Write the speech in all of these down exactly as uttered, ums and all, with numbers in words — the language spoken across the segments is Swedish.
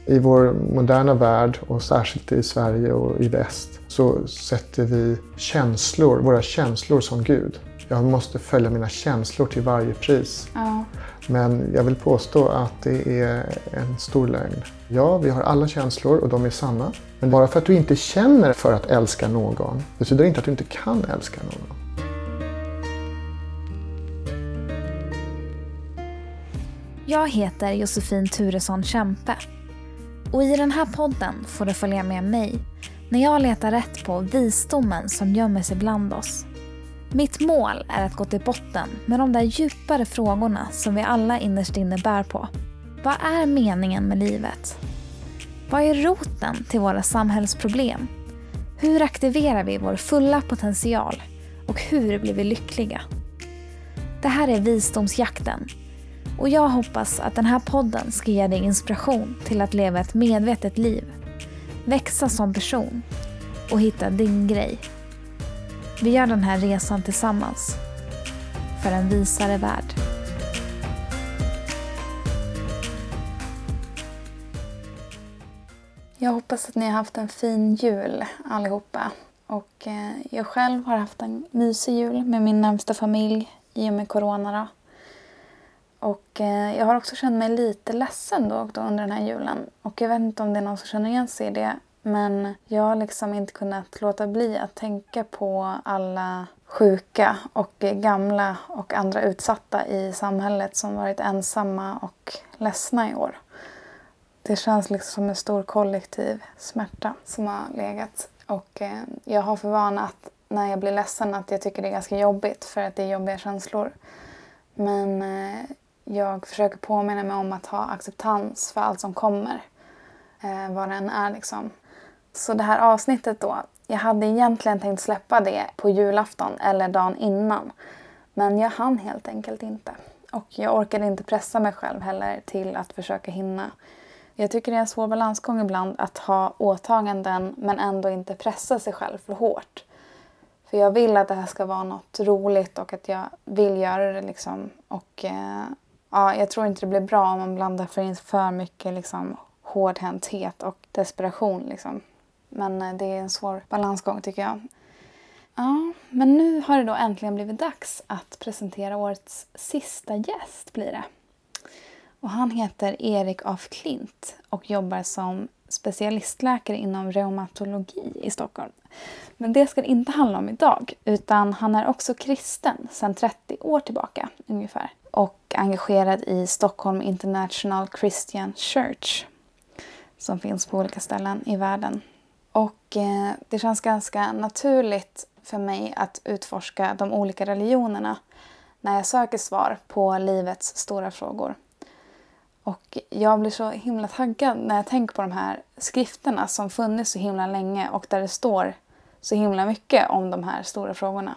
I vår moderna värld och särskilt i Sverige och i väst så sätter vi känslor, våra känslor som Gud. Jag måste följa mina känslor till varje pris. Ja. Men jag vill påstå att det är en stor lögn. Ja, vi har alla känslor och de är sanna. Men bara för att du inte känner för att älska någon betyder inte att du inte kan älska någon. Jag heter Josefin Turesson Kämpe. Och i den här podden får du följa med mig när jag letar rätt på visdomen som gömmer sig bland oss. Mitt mål är att gå till botten med de där djupare frågorna som vi alla innerst inne bär på. Vad är meningen med livet? Vad är roten till våra samhällsproblem? Hur aktiverar vi vår fulla potential? Och hur blir vi lyckliga? Det här är Visdomsjakten. Och jag hoppas att den här podden ska ge dig inspiration till att leva ett medvetet liv. Växa som person. Och hitta din grej. Vi gör den här resan tillsammans. För en visare värld. Jag hoppas att ni har haft en fin jul allihopa. Och eh, jag själv har haft en mysig jul med min närmsta familj i och med corona då. Och eh, jag har också känt mig lite ledsen då, då under den här julen. Och jag vet inte om det är någon som känner igen sig i det. Men jag har liksom inte kunnat låta bli att tänka på alla sjuka och gamla och andra utsatta i samhället som varit ensamma och ledsna i år. Det känns liksom som en stor kollektiv smärta som har legat. Och eh, jag har för vana att när jag blir ledsen att jag tycker det är ganska jobbigt för att det är jobbiga känslor. Men eh, jag försöker påminna mig om att ha acceptans för allt som kommer. Eh, vad det än är liksom. Så det här avsnittet då, jag hade egentligen tänkt släppa det på julafton eller dagen innan. Men jag hann helt enkelt inte. Och jag orkade inte pressa mig själv heller till att försöka hinna. Jag tycker det är en svår balansgång ibland att ha åtaganden men ändå inte pressa sig själv för hårt. För jag vill att det här ska vara något roligt och att jag vill göra det liksom. Och eh, ja, jag tror inte det blir bra om man blandar för in för mycket liksom hårdhänthet och desperation liksom. Men det är en svår balansgång tycker jag. Ja, men nu har det då äntligen blivit dags att presentera årets sista gäst blir det. Och han heter Erik af Klint och jobbar som specialistläkare inom reumatologi i Stockholm. Men det ska det inte handla om idag, utan han är också kristen sedan trettio år tillbaka ungefär. Och engagerad i Stockholm International Christian Church som finns på olika ställen i världen. Och eh, det känns ganska naturligt för mig att utforska de olika religionerna när jag söker svar på livets stora frågor. Och jag blir så himla taggad när jag tänker på de här skrifterna som funnits så himla länge och där det står så himla mycket om de här stora frågorna.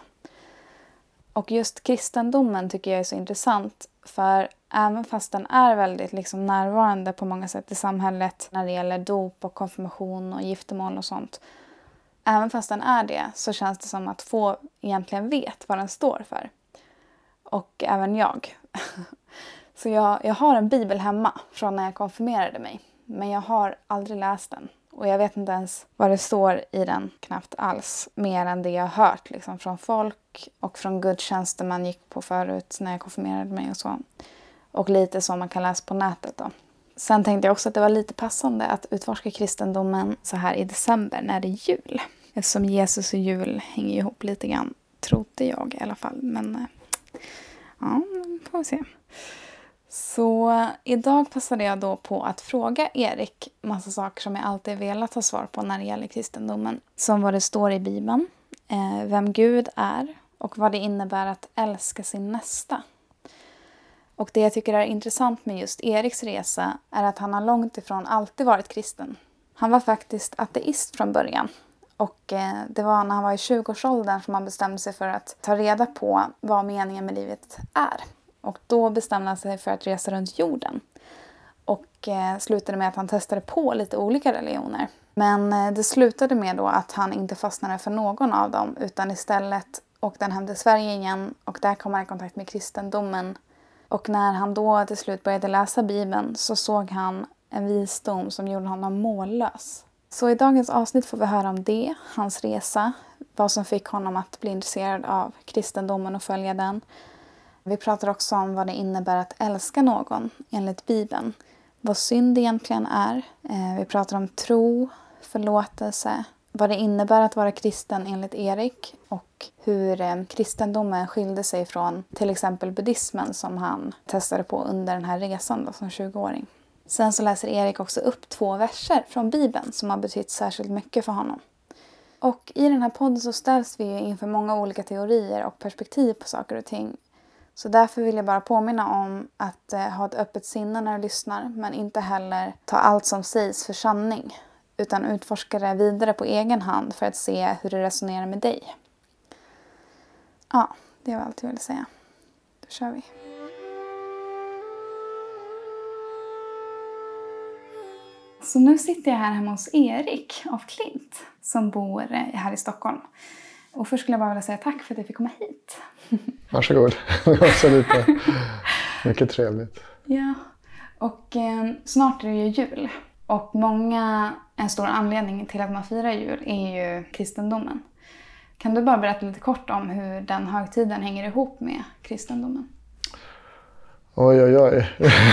Och just kristendomen tycker jag är så intressant för även fast den är väldigt liksom närvarande på många sätt i samhället när det gäller dop och konfirmation och giftermål och sånt. Även fast den är det så känns det som att få egentligen vet vad den står för. Och även jag. Så jag, jag har en bibel hemma från när jag konfirmerade mig. Men jag har aldrig läst den. Och jag vet inte ens vad det står i den knappt alls. Mer än det jag har hört liksom, från folk och från gudstjänster man gick på förut när jag konfirmerade mig och så. Och lite som man kan läsa på nätet då. Sen tänkte jag också att det var lite passande att utforska kristendomen så här i december när det är jul. Eftersom Jesus och jul hänger ihop lite grann, trodde jag i alla fall. Men ja, får vi se. Så idag passade jag då på att fråga Erik massa saker som jag alltid velat ha svar på när det gäller kristendomen. Som vad det står i Bibeln, eh, vem Gud är och vad det innebär att älska sin nästa. Och det jag tycker är intressant med just Eriks resa är att han har långt ifrån alltid varit kristen. Han var faktiskt ateist från början. Och eh, det var när han var i tjugoårsåldern som han bestämde sig för att ta reda på vad meningen med livet är. Och då bestämde han sig för att resa runt jorden. Och eh, slutade med att han testade på lite olika religioner. Men eh, det slutade med då att han inte fastnade för någon av dem. Utan istället åkte han hem till Sverige igen. Och där kom han i kontakt med kristendomen. Och när han då till slut började läsa Bibeln så såg han en visdom som gjorde honom mållös. Så i dagens avsnitt får vi höra om det, hans resa, vad som fick honom att bli intresserad av kristendomen och följa den. Vi pratar också om vad det innebär att älska någon enligt Bibeln, vad synd egentligen är. Vi pratar om tro, förlåtelse, vad det innebär att vara kristen enligt Erik och hur kristendomen skilde sig från till exempel buddhismen som han testade på under den här resan då, som tjugoåring. Sen så läser Erik också upp två verser från Bibeln som har betytt särskilt mycket för honom. Och i den här podden så ställs vi inför många olika teorier och perspektiv på saker och ting. Så därför vill jag bara påminna om att eh, ha ett öppet sinne när du lyssnar, men inte heller ta allt som sägs för sanning, utan utforska det vidare på egen hand för att se hur det resonerar med dig. Ja, det var allt jag ville säga. Då kör vi. Så nu sitter jag här hemma hos Erik af Klint som bor här i Stockholm. Och först skulle jag bara vilja säga tack för att jag fick komma hit. Varsågod. Det var så lite. Mycket trevligt. Ja, och eh, snart är det ju jul. Och många, en stor anledning till att man firar jul är ju kristendomen. Kan du bara berätta lite kort om hur den högtiden hänger ihop med kristendomen? Oj, oj, oj.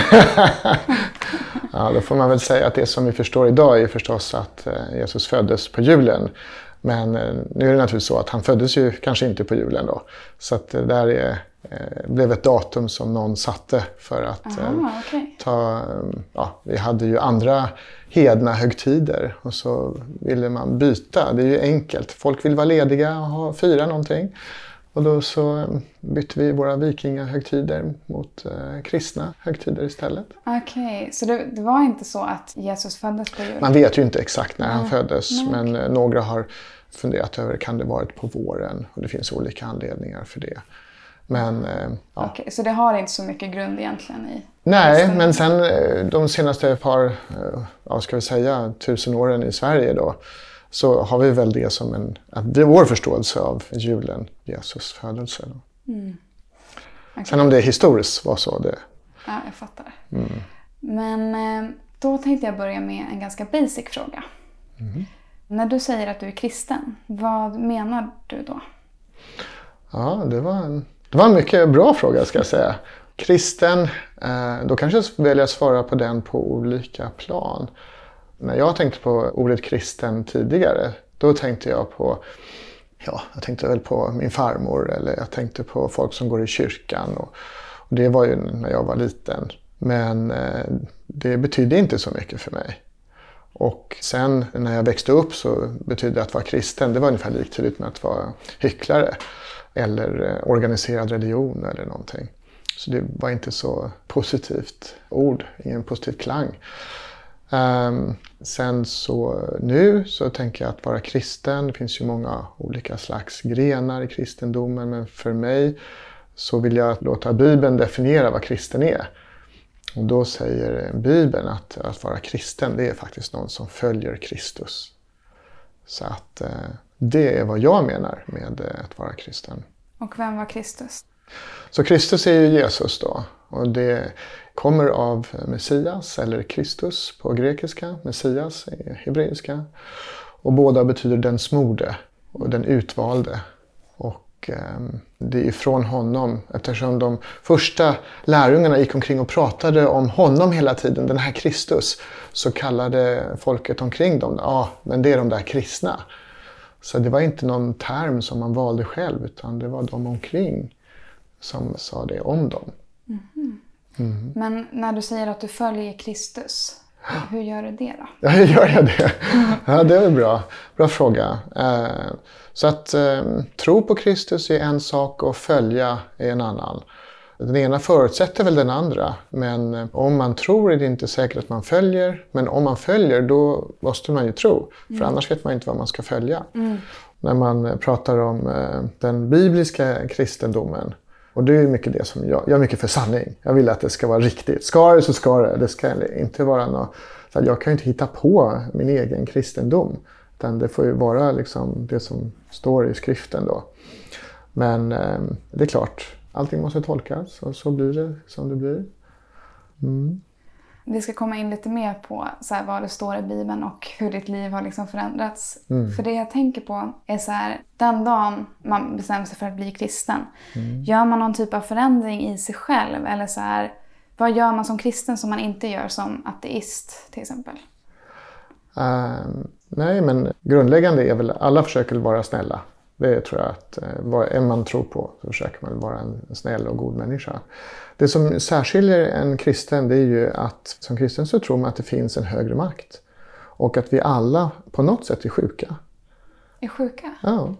Ja, då får man väl säga att det som vi förstår idag är förstås att Jesus föddes på julen. Men nu är det naturligtvis så att han föddes ju kanske inte på julen då. Så att det där är, blev ett datum som någon satte för att Aha, okay. ta... Ja, vi hade ju andra hedna högtider och så ville man byta. Det är ju enkelt. Folk vill vara lediga och ha, fira någonting. Och då så bytte vi våra vikingahögtider mot eh, kristna högtider istället. Okej, okay. Så det, det var inte så att Jesus föddes på julen? Man vet ju inte exakt när mm. han föddes. Nej, men okay. några har funderat över, kan det varit på våren? Och det finns olika anledningar för det. Men, eh, ja. Okej, okay. Så det har inte så mycket grund egentligen i... Nej, men sen de senaste par, ja, ska vi säga, tusen åren i Sverige då, så har vi väl det som en, att det är vår förståelse av julen, Jesus födelse. Då. Mm. Okay. Sen om det historiskt var så det... Ja, jag fattar. Mm. Men då tänkte jag börja med en ganska basic fråga. Mm. När du säger att du är kristen, vad menar du då? Ja, det var en, det var en mycket bra fråga ska jag säga. Kristen, då kanske jag väljer att svara på den på olika plan. När jag tänkte på ordet kristen tidigare, då tänkte jag på, ja, jag tänkte väl på min farmor eller jag tänkte på folk som går i kyrkan och, och det var ju när jag var liten. Men eh, det betydde inte så mycket för mig. Och sen när jag växte upp så betydde att vara kristen, det var ungefär liktydigt med att vara hycklare eller eh, organiserad religion eller någonting. Så det var inte så positivt ord, ingen positiv klang. Um, sen så nu så tänker jag att vara kristen, det finns ju många olika slags grenar i kristendomen, men för mig så vill jag låta Bibeln definiera vad kristen är. Och då säger Bibeln att att vara kristen, det är faktiskt någon som följer Kristus. Så att uh, det är vad jag menar med uh, att vara kristen. Och vem var Kristus? Så Kristus är ju Jesus då. Och det kommer av Messias eller Kristus på grekiska, Messias är hebreiska. Och båda betyder den smorde och den utvalde. Och eh, det är från honom, eftersom de första lärjungarna gick omkring och pratade om honom hela tiden, den här Kristus, så kallade folket omkring dem, ja ah, men det är de där kristna. Så det var inte någon term som man valde själv, utan det var de omkring som sa det om dem. Mm-hmm. Mm. Men när du säger att du följer Kristus, hur gör du det då? Ja, hur gör jag det? Ja, det är en bra, bra fråga. Så att tro på Kristus är en sak och följa är en annan. Den ena förutsätter väl den andra, men om man tror är det inte säkert att man följer. Men om man följer, då måste man ju tro, för mm. annars vet man inte vad man ska följa. Mm. När man pratar om den bibliska kristendomen, och det är mycket det som jag, jag är mycket för sanning. Jag vill att det ska vara riktigt. Ska det så ska det. Det ska inte vara något, så jag kan ju inte hitta på min egen kristendom. Utan det får ju vara liksom det som står i skriften då. Men eh, det är klart, allting måste tolkas och så blir det som det blir. Mm. vi ska komma in lite mer på så här, vad det står i Bibeln och hur ditt liv har liksom förändrats. Mm. För det jag tänker på är så här, den dagen man bestämmer sig för att bli kristen, Mm. gör man någon typ av förändring i sig själv? Eller så här, vad gör man som kristen som man inte gör som ateist till exempel? Uh, nej, men grundläggande är väl alla försöker vara snälla. Det tror jag att uh, vad än man tror på så försöker man vara en snäll och god människa. Det som särskiljer en kristen, det är ju att som kristen så tror man att det finns en högre makt. Och att vi alla på något sätt är sjuka. Är sjuka? Ja.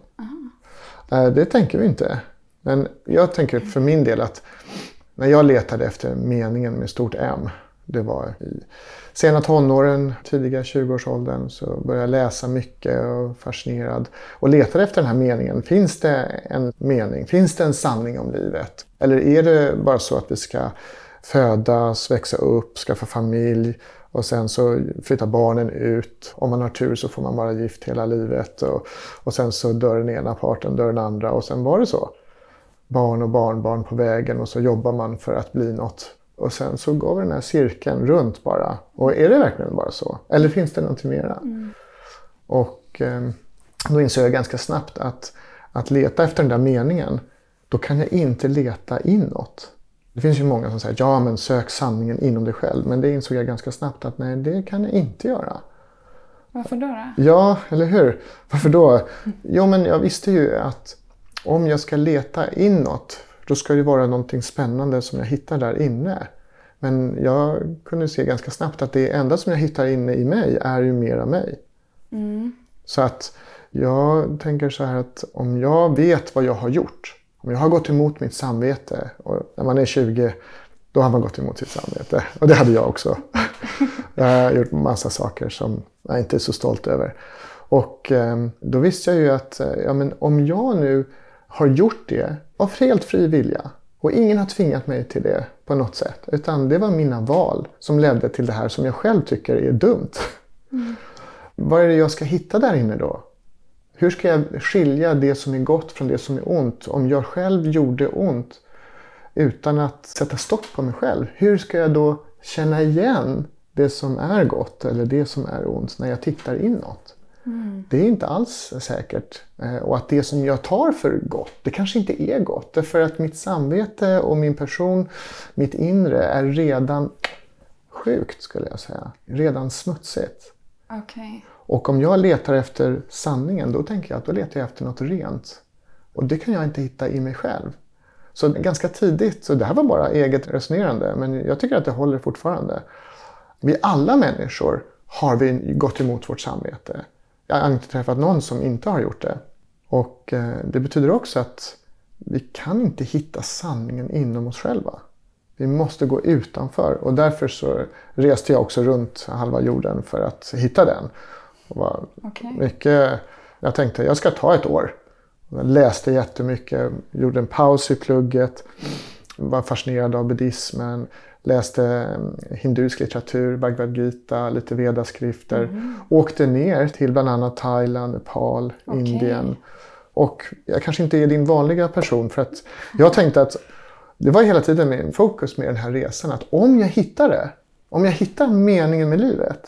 Uh, det tänker vi inte. Men jag tänker för min del att när jag letade efter meningen med stort M, det var i sena tonåren, tidiga tjugoårsåldern, så började jag läsa mycket och fascinerad. Och letade efter den här meningen. Finns det en mening? Finns det en sanning om livet? Eller är det bara så att vi ska födas, växa upp, skaffa familj och sen så flyttar barnen ut. Om man har tur så får man vara gift hela livet. Och, och sen så dör den ena parten, dör den andra och sen var det så. Barn och barnbarn på vägen och så jobbar man för att bli något. Och sen så går den här cirkeln runt bara. Och är det verkligen bara så? Eller finns det någonting mera? Mm. Och eh, då insåg jag ganska snabbt att, att leta efter den där meningen, då kan jag inte leta inåt. Det finns ju många som säger, ja men sök sanningen inom dig själv. Men det insåg jag ganska snabbt att nej, det kan jag inte göra. Varför då då? Ja, eller hur? Varför då? Jo, men jag visste ju att om jag ska leta inåt, då ska det vara någonting spännande som jag hittar där inne. Men jag kunde se ganska snabbt att det enda som jag hittar inne i mig är ju mera mig. Mm. Så att jag tänker så här att om jag vet vad jag har gjort, om jag har gått emot mitt samvete, och när man är tjugo, då har man gått emot sitt samvete. Och det hade jag också. Jag har gjort massa saker som jag inte är så stolt över. Och eh, då visste jag ju att ja, men om jag nu har gjort det av helt fri vilja och ingen har tvingat mig till det på något sätt, utan det var mina val som ledde till det här som jag själv tycker är dumt. Mm. Vad är det jag ska hitta där inne då? Hur ska jag skilja det som är gott från det som är ont? Om jag själv gjorde ont utan att sätta stopp på mig själv, hur ska jag då känna igen det som är gott eller det som är ont när jag tittar inåt? Mm. Det är inte alls säkert. Och att det som jag tar för gott, det kanske inte är gott. Därför att mitt samvete och min person, mitt inre är redan sjukt skulle jag säga. Redan smutsigt. Okay. Och om jag letar efter sanningen, då tänker jag att då letar jag efter något rent. Och det kan jag inte hitta i mig själv. Så ganska tidigt, så det här var bara eget resonerande, men jag tycker att det håller fortfarande. Vi alla människor har vi gått emot vårt samvete. Jag har inte träffat någon som inte har gjort det. Och eh, det betyder också att vi kan inte hitta sanningen inom oss själva. Vi måste gå utanför. Och därför så reste jag också runt halva jorden för att hitta den. Och var okay. mycket, jag tänkte jag ska ta ett år. Jag läste jättemycket, gjorde en paus i plugget. Var fascinerad av buddhismen. Läste hinduisk litteratur, Bhagavad Gita, lite vedaskrifter. Mm. Åkte ner till bland annat Thailand, Nepal, okay. Indien. Och jag kanske inte är din vanliga person, för att jag tänkte att det var hela tiden min fokus med den här resan. Att om jag hittar det, om jag hittar meningen med livet,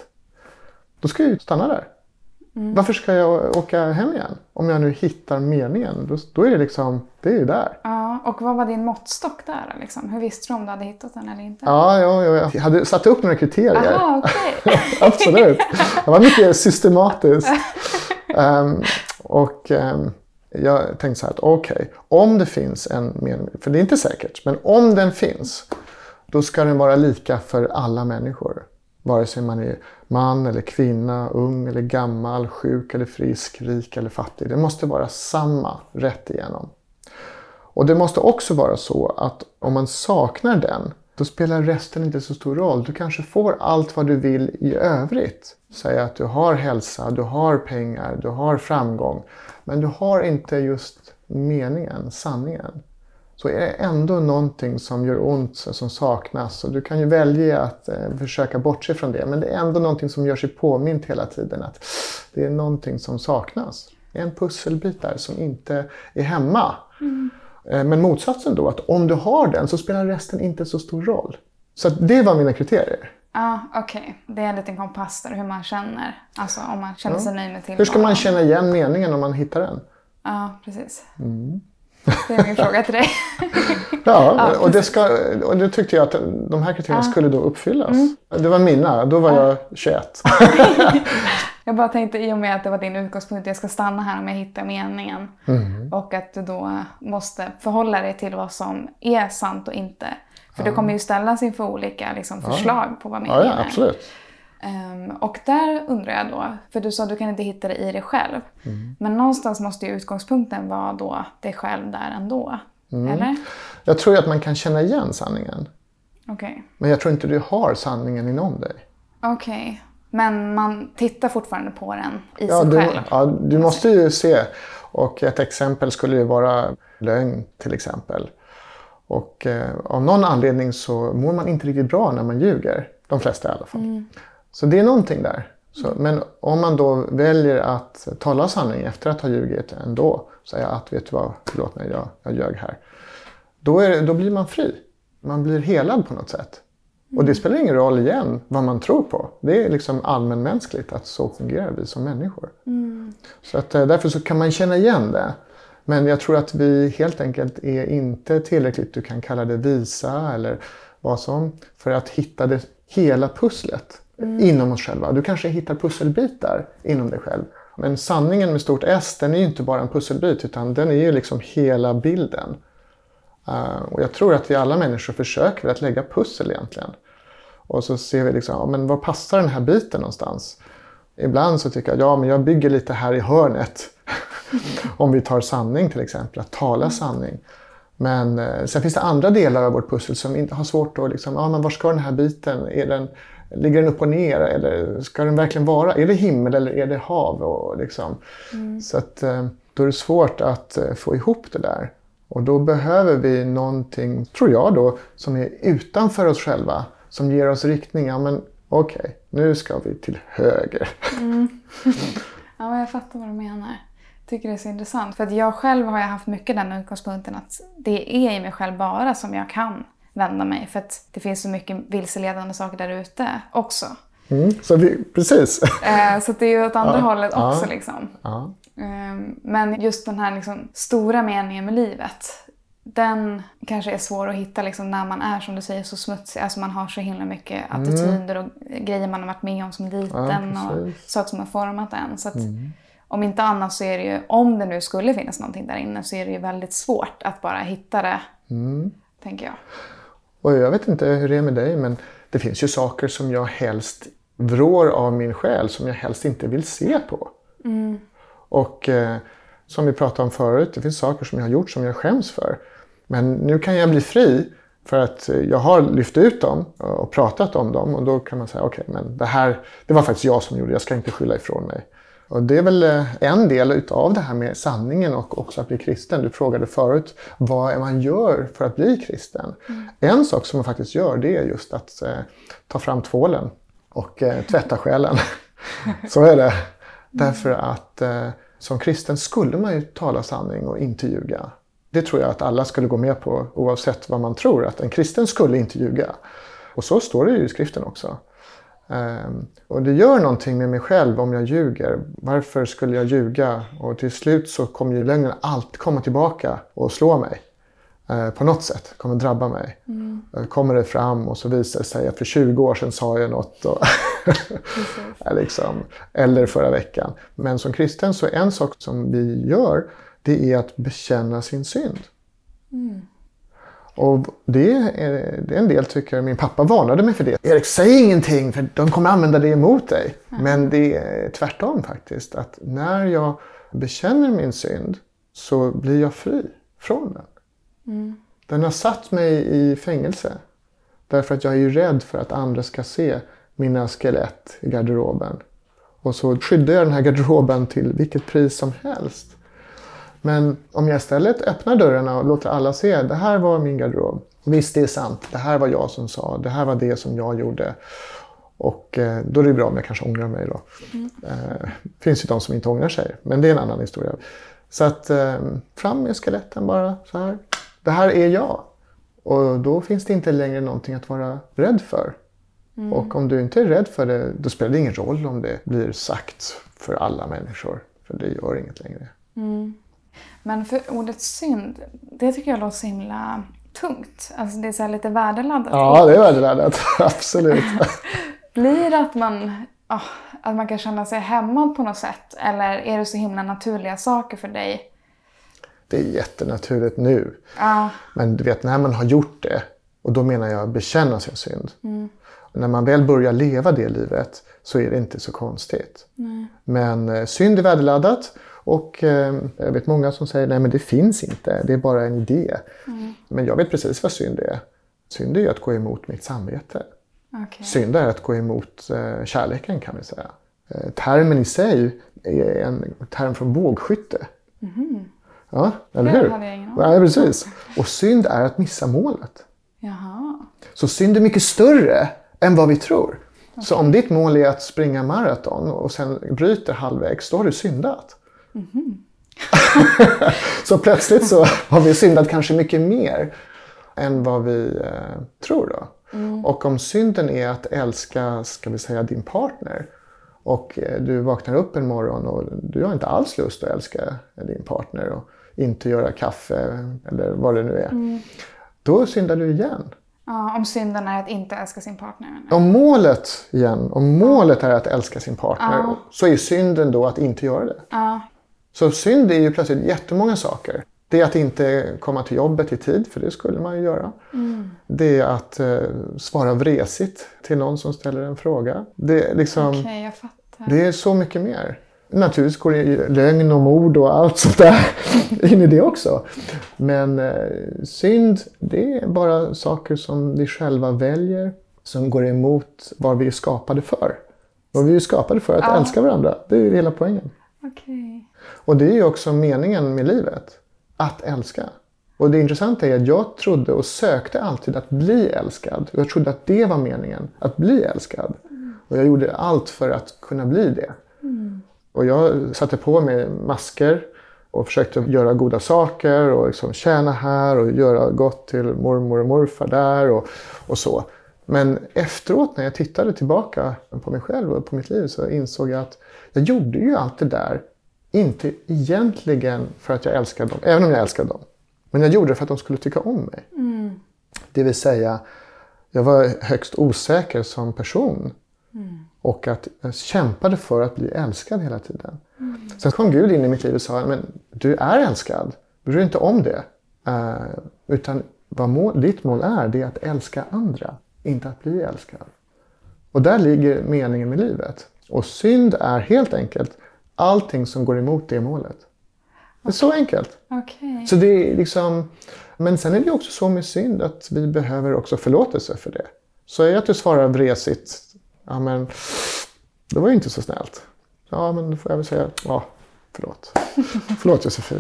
då ska jag ju stanna där. Mm. Varför ska jag åka hem igen? Om jag nu hittar meningen, då, då är det liksom, det är ju där. Ja, och vad var din måttstock där liksom? Hur visste du om du hade hittat den eller inte? Ja, ja, ja jag hade satt upp några kriterier. Aha, okej. Okay. Absolut. Det var mycket systematiskt. um, och um, jag tänkte så här att okej, okay, om det finns en mening, för det är inte säkert, men om den finns, då ska den vara lika för alla människor. Vare sig man är man eller kvinna, ung eller gammal, sjuk eller frisk, rik eller fattig. Det måste vara samma rätt igenom. Och det måste också vara så att om man saknar den, då spelar resten inte så stor roll. Du kanske får allt vad du vill i övrigt. Säg att du har hälsa, du har pengar, du har framgång. Men du har inte just meningen, sanningen. Så är det ändå någonting som gör ont, som saknas. Och du kan ju välja att eh, försöka bortse från det. Men det är ändå någonting som gör sig påmint hela tiden. Att det är någonting som saknas. Det är en pusselbit där som inte är hemma. Mm. Eh, men motsatsen då, att om du har den så spelar resten inte så stor roll. Så att det var mina kriterier. Ja, ah, okej. Okay. Det är en liten kompass där hur man känner. Alltså om man känner sig ja. nöjd med tillvaron. Hur ska man känna igen meningen om man hittar den? Ja, precis. Mm. Det är min fråga till dig. ja, ja och, det ska, och det tyckte jag att de här kriterierna ja. skulle då uppfyllas. Mm. Det var mina, då var ja. jag tjugoett. Jag bara tänkte i och med att det var din utgångspunkt, jag ska stanna här om jag hittar meningen. Mm. Och att du då måste förhålla dig till vad som är sant och inte. För ja. du kommer ju ställas inför olika liksom, förslag ja. på vad meningen ja, ja, absolut. är. Um, och där undrar jag då, för du sa att du kan inte hitta det i dig själv. Mm. Men någonstans måste ju utgångspunkten vara då dig själv där ändå. Mm. Eller? Jag tror att man kan känna igen sanningen. Okej. Okay. Men jag tror inte du har sanningen inom dig. Okej. Okay. Men man tittar fortfarande på den i ja, sig du, själv. Ja, du måste ju se. Och ett exempel skulle ju vara lögn till exempel. Och eh, av någon anledning så mår man inte riktigt bra när man ljuger. De flesta i alla fall. Mm. Så det är någonting där. Så, men om man då väljer att tala sanning efter att ha ljugit ändå. Säga att vet du vad, förlåt mig, jag, jag ljög här. Då, är, då blir man fri. Man blir helad på något sätt. Och det spelar ingen roll igen vad man tror på. Det är liksom allmänmänskligt att så fungerar vi som människor. Mm. Så att, därför så kan man känna igen det. Men jag tror att vi helt enkelt är inte tillräckligt, du kan kalla det visa eller vad som, för att hitta det hela pusslet mm. inom oss själva. Du kanske hittar pusselbitar inom dig själv. Men sanningen med stort S, den är ju inte bara en pusselbit utan den är ju liksom hela bilden. Uh, och jag tror att vi alla människor försöker att lägga pussel egentligen. Och så ser vi liksom, ja, men var passar den här biten någonstans? Ibland så tycker jag, ja men jag bygger lite här i hörnet. Om vi tar sanning till exempel, att tala sanning. Men eh, sen finns det andra delar av vårt pussel som inte har svårt att liksom, ja men var ska den här biten? Är den, ligger den upp och ner eller ska den verkligen vara? Är det himmel eller är det hav? Och liksom. Mm. Så att eh, då är det svårt att eh, få ihop det där. Och då behöver vi någonting, tror jag då, som är utanför oss själva. Som ger oss riktning. Ja men okej, okay, nu ska vi till höger. Mm. Ja men jag fattar vad du menar. Jag tycker det är så intressant. För att jag själv har jag haft mycket den utgångspunkten att det är i mig själv bara som jag kan vända mig. För att det finns så mycket vilseledande saker där ute också. Mm, så vi, precis. Eh, så det är ju åt andra ja, hållet också ja, liksom. Ja. Men just den här liksom stora meningen med livet, den kanske är svår att hitta liksom när man är, som du säger, så smutsig. Alltså man har så himla mycket attityder och grejer man har varit med om som liten ja, och saker som har format en. Så att mm. om inte annat så är det ju, om det nu skulle finnas någonting där inne, så är det ju väldigt svårt att bara hitta det, mm. tänker jag. Och jag vet inte hur det är med dig, men det finns ju saker som jag helst vrår av min själ som jag helst inte vill se på. Mm. Och eh, som vi pratade om förut, det finns saker som jag har gjort som jag skäms för. Men nu kan jag bli fri för att jag har lyft ut dem och pratat om dem. Och då kan man säga, okej, okay, men det här, det var faktiskt jag som gjorde det, jag ska inte skylla ifrån mig. Och det är väl en del av det här med sanningen och också att bli kristen. Du frågade förut, vad man gör för att bli kristen? Mm. En sak som man faktiskt gör, det är just att eh, ta fram tvålen och eh, tvätta själen. Så är det. Mm. Därför att eh, som kristen skulle man ju tala sanning och inte ljuga. Det tror jag att alla skulle gå med på oavsett vad man tror. Att en kristen skulle inte ljuga. Och så står det ju i skriften också. Um, och det gör någonting med mig själv om jag ljuger. Varför skulle jag ljuga? Och till slut så kommer ju lögnen alltid komma tillbaka och slå mig. Uh, på något sätt. Kommer drabba mig. Mm. Uh, kommer det fram och så visar det sig att för tjugo år sedan sa jag något. Och liksom, eller förra veckan. Men som kristen så är en sak som vi gör, det är att bekänna sin synd. Mm. Och det är, det är en del tycker, min pappa varnade mig för det. Erik, säg ingenting för de kommer använda det emot dig. Mm. Men det är tvärtom faktiskt. Att när jag bekänner min synd så blir jag fri från den. Mm. Den har satt mig i fängelse. Därför att jag är ju rädd för att andra ska se mina skelett i garderoben. Och så skyddar jag den här garderoben till vilket pris som helst. Men om jag istället öppnar dörrarna och låter alla se, det här var min garderob. Visst, det är sant. Det här var jag som sa. Det här var det som jag gjorde. Och eh, då är det bra om jag kanske ångrar mig då. Mm. Eh, finns ju de som inte ångrar sig. Men det är en annan historia. Så att eh, fram med skeletten bara så här. Det här är jag. Och då finns det inte längre någonting att vara rädd för. Mm. Och om du inte är rädd för det, då spelar det ingen roll om det blir sagt för alla människor. För det gör inget längre. Mm. Men för ordet synd, det tycker jag låter så himla tungt. Alltså det är så här lite värdeladdat. Ja, det är värdeladdat. Absolut. Blir det att man, oh, att man kan känna sig hämmad på något sätt? Eller är det så himla naturliga saker för dig? Det är jättenaturligt nu. Ja. Men du vet, när man har gjort det, och då menar jag bekänna sin synd. Mm. När man väl börjar leva det livet så är det inte så konstigt. Nej. Men eh, synd är värdeladdat. Och eh, jag vet många som säger nej men det finns inte, det är bara en idé. Mm. Men jag vet precis vad synd är. Synd är ju att gå emot mitt samvete. Okay. Synd är att gå emot eh, kärleken kan vi säga. Eh, termen i sig är en term från bågskytte. Mm. Ja, eller hur? Det hade jag ingen aning. Ja, precis. Och synd är att missa målet. Jaha. Så synd är mycket större än vad vi tror. Okay. Så om ditt mål är att springa maraton och sen bryter halvvägs, då har du syndat. Mm-hmm. Så plötsligt så har vi syndat kanske mycket mer än vad vi eh, tror då. Mm. Och om synden är att älska, ska vi säga, din partner och eh, du vaknar upp en morgon och du har inte alls lust att älska din partner och inte göra kaffe eller vad det nu är. Mm. Då syndar du igen. Ja, om synden är att inte älska sin partner. Om målet igen, om målet är att älska sin partner ja. Så är synden då att inte göra det. Ja. Så synd är ju plötsligt jättemånga saker. Det är att inte komma till jobbet i tid, för det skulle man ju göra. Mm. Det är att eh, svara vresigt till någon som ställer en fråga. Det är, liksom, okay, jag fattar. Det är så mycket mer. Naturligtvis går det ju lögn och mord och allt sånt där in i det också. Men eh, synd, det är bara saker som vi själva väljer. Som går emot vad vi är skapade för. Och vi är skapade för att ja. älska varandra. Det är ju hela poängen. Okay. Och det är ju också meningen med livet. Att älska. Och det intressanta är att jag trodde och sökte alltid att bli älskad. Jag trodde att det var meningen. Att bli älskad. Mm. Och jag gjorde allt för att kunna bli det. Mm. Och jag satte på mig masker. Och försökte göra goda saker. Och liksom tjäna här. Och göra gott till mormor och morfar där. Och, och så. Men efteråt när jag tittade tillbaka på mig själv och på mitt liv. Så insåg jag att jag gjorde ju allt det där. Inte egentligen för att jag älskade dem, även om jag älskade dem. Men jag gjorde det för att de skulle tycka om mig. Mm. Det vill säga, jag var högst osäker som person. Mm. Och att jag kämpade för att bli älskad hela tiden. Mm. Sen kom Gud in i mitt liv och sa, men du är älskad. Bryr dig inte om det. Uh, utan vad mål, ditt mål är, det är att älska andra. Inte att bli älskad. Och där ligger meningen med livet. Och synd är helt enkelt allting som går emot det målet. Det är så enkelt. Okay. Så det är liksom, men sen är det också så med synd att vi behöver också förlåtelse för det. Så är att du svarar vresigt, ja men det var ju inte så snällt. Ja men då får jag väl säga, ja förlåt. Förlåt Josefin.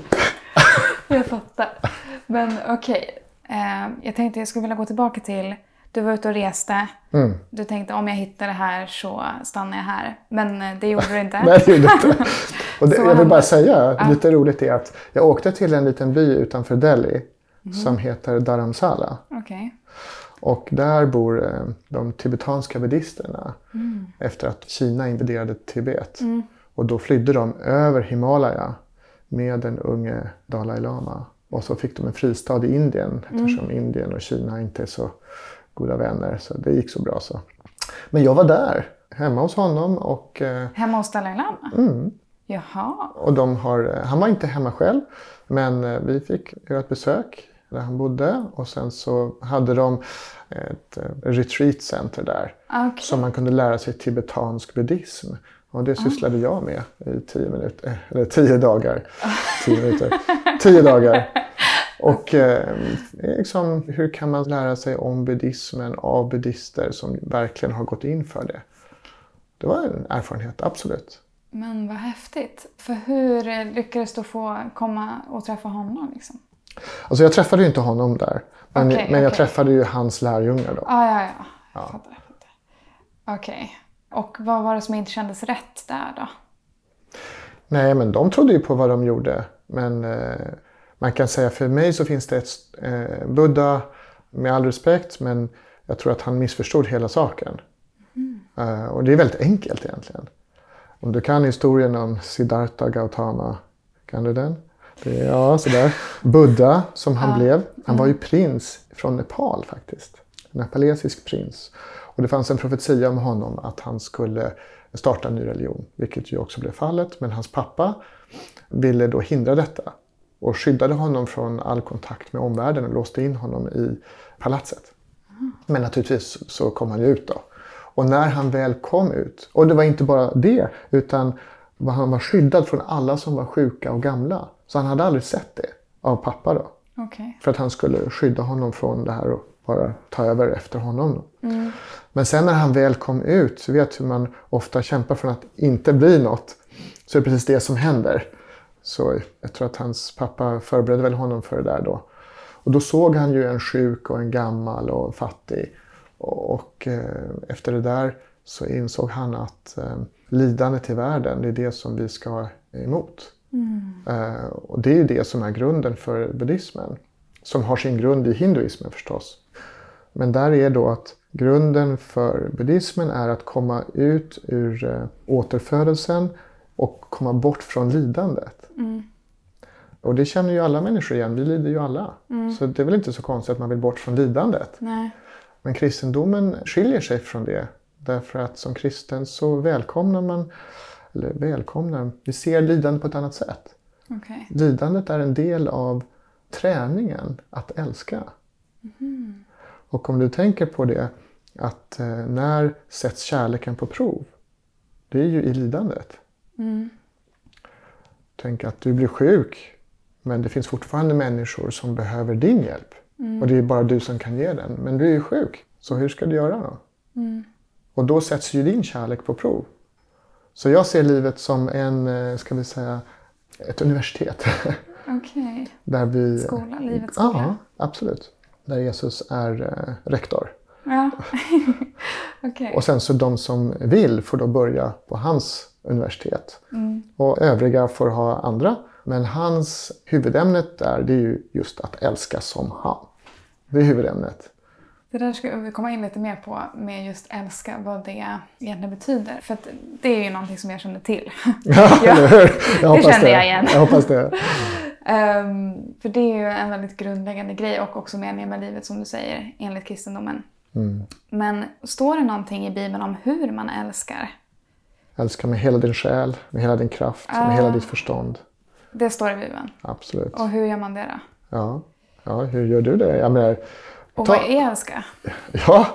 Jag fattar. Men okej, okay. eh, jag tänkte jag skulle vilja gå tillbaka till, du var ute och reste. Mm. Du tänkte om jag hittar det här så stannar jag här. Men det gjorde du inte. Nej, det gjorde inte. Och det, jag vill bara säga, ja. lite roligt är att jag åkte till en liten by utanför Delhi. Mm. Som heter Dharamsala. Okay. Och där bor eh, de tibetanska buddhisterna. Mm. Efter att Kina invaderade Tibet. Mm. Och då flydde de över Himalaya med den unge Dalai Lama. Och så fick de en fristad i Indien. Mm. Eftersom Indien och Kina inte är så goda vänner. Så det gick så bra så. Men jag var där. Hemma hos honom. Och, eh, hemma hos Dalai Lama? Mm. Jaha. Och de har, han var inte hemma själv. Men eh, vi fick göra ett besök där han bodde. Och sen så hade de ett eh, retreat center där. Okay. Som man kunde lära sig tibetansk buddhism. Och det sysslade jag med i tio minuter. Eller tio dagar. Tio minuter. Tio dagar. Och eh, liksom, hur kan man lära sig om buddhismen av buddhister som verkligen har gått in för det? Det var en erfarenhet, absolut. Men vad häftigt. För hur lyckades du få komma och träffa honom? Liksom? Alltså jag träffade ju inte honom där. Men, okay, men jag okay. träffade ju hans lärjungar då. Ah, ja, ja. Jag ja. fattar. fattar. Okej. Okay. Och vad var det som inte kändes rätt där då? Nej, men de trodde ju på vad de gjorde. Men eh, man kan säga för mig så finns det ett eh, Buddha, med all respekt, men jag tror att han missförstod hela saken. Uh, och det är väldigt enkelt egentligen. Om du kan historien om Siddhartha Gautama, kan du den? Det är, ja, sådär. Buddha som han ja. blev, han mm. var ju prins från Nepal faktiskt. En nepalesisk prins. Och det fanns en profetia om honom att han skulle starta en ny religion, vilket ju också blev fallet. Men hans pappa ville då hindra detta och skyddade honom från all kontakt med omvärlden och låste in honom i palatset. Mm. Men naturligtvis så kom han ju ut då. Och när han väl kom ut, och det var inte bara det, utan han var skyddad från alla som var sjuka och gamla. Så han hade aldrig sett det av pappa då. Okay. För att han skulle skydda honom från det här och bara ta över efter honom. Mm. Men sen när han väl kom ut, så vet hur man ofta kämpar för att inte bli något. Så är det precis det som händer. Så jag tror att hans pappa förberedde väl honom för det där då. Och då såg han ju en sjuk och en gammal och fattig. Och, och eh, efter det där så insåg han att eh, lidandet i världen, det är det som vi ska ha emot. Mm. Eh, och det är ju det som är grunden för buddhismen. Som har sin grund i hinduismen förstås. Men där är då att grunden för buddhismen är att komma ut ur eh, återfödelsen och komma bort från lidandet. Mm. Och det känner ju alla människor igen, vi lider ju alla. Mm. Så det är väl inte så konstigt att man vill bort från lidandet. Nej. Men kristendomen skiljer sig från det. Därför att som kristen så välkomnar man, eller välkomnar, vi ser lidande på ett annat sätt. Okay. Lidandet är en del av träningen att älska. Mm. Och om du tänker på det, att eh, när sätts kärleken på prov? Det är ju i lidandet. Mm. Tänk att du blir sjuk, men det finns fortfarande människor som behöver din hjälp. Mm. Och det är bara du som kan ge den. Men du är ju sjuk, så hur ska du göra då? Mm. Och då sätts ju din kärlek på prov. Så jag ser livet som en, ska vi säga, ett universitet. Okej. Där vi, skola, livets skola. Ja, absolut. Där Jesus är eh, rektor. Ja, okej. Och sen så de som vill får då börja på hans universitet. Mm. Och övriga får ha andra. Men hans huvudämnet där, det är ju just att älska som han. Det är huvudämnet. Det där ska vi komma in lite mer på med just älska, vad det egentligen betyder. För att det är ju någonting som jag känner till. Ja, ja. Jag hoppas det kände det. jag igen. Jag hoppas det. um, för det är ju en väldigt grundläggande grej och också meningen med livet som du säger, enligt kristendomen. Mm. Men står det någonting i Bibeln om hur man älskar? Älska med hela din själ, med hela din kraft, uh, med hela ditt förstånd. Det står i Bibeln? Absolut. Och hur gör man det då? Ja, ja hur gör du det? Jag menar, och ta... vad är älska? Ja,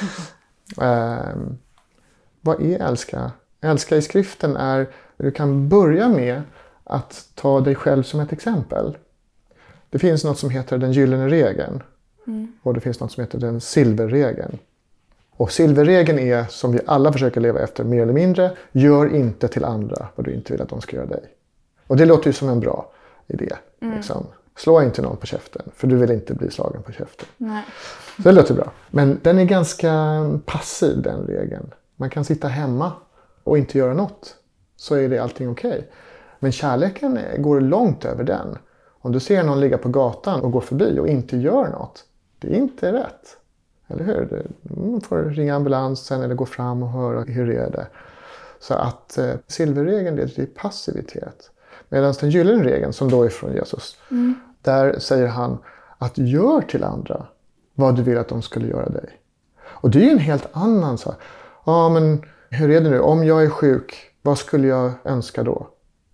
um, vad är älska? Älska i skriften är, du kan börja med att ta dig själv som ett exempel. Det finns något som heter den gyllene regeln. Mm. Och det finns något som heter den silverregeln. Och silverregeln är, som vi alla försöker leva efter mer eller mindre, gör inte till andra vad du inte vill att de ska göra dig. Och det låter ju som en bra idé. Mm. Liksom. Slå inte någon på käften, för du vill inte bli slagen på käften. Nej. Så det låter bra. Men den är ganska passiv, den regeln. Man kan sitta hemma och inte göra något. Så är det allting okej. Okay. Men kärleken går långt över den. Om du ser någon ligga på gatan och gå förbi och inte gör något, det är inte rätt. Eller hur? Man får ringa ambulansen eller gå fram och höra hur är det. Så att eh, silverregeln leder till passivitet. Medan den gyllene regeln, som då är från Jesus, mm. där säger han att gör till andra vad du vill att de skulle göra dig. Och det är ju en helt annan sak. Ja, men hur är det nu? Om jag är sjuk, vad skulle jag önska då?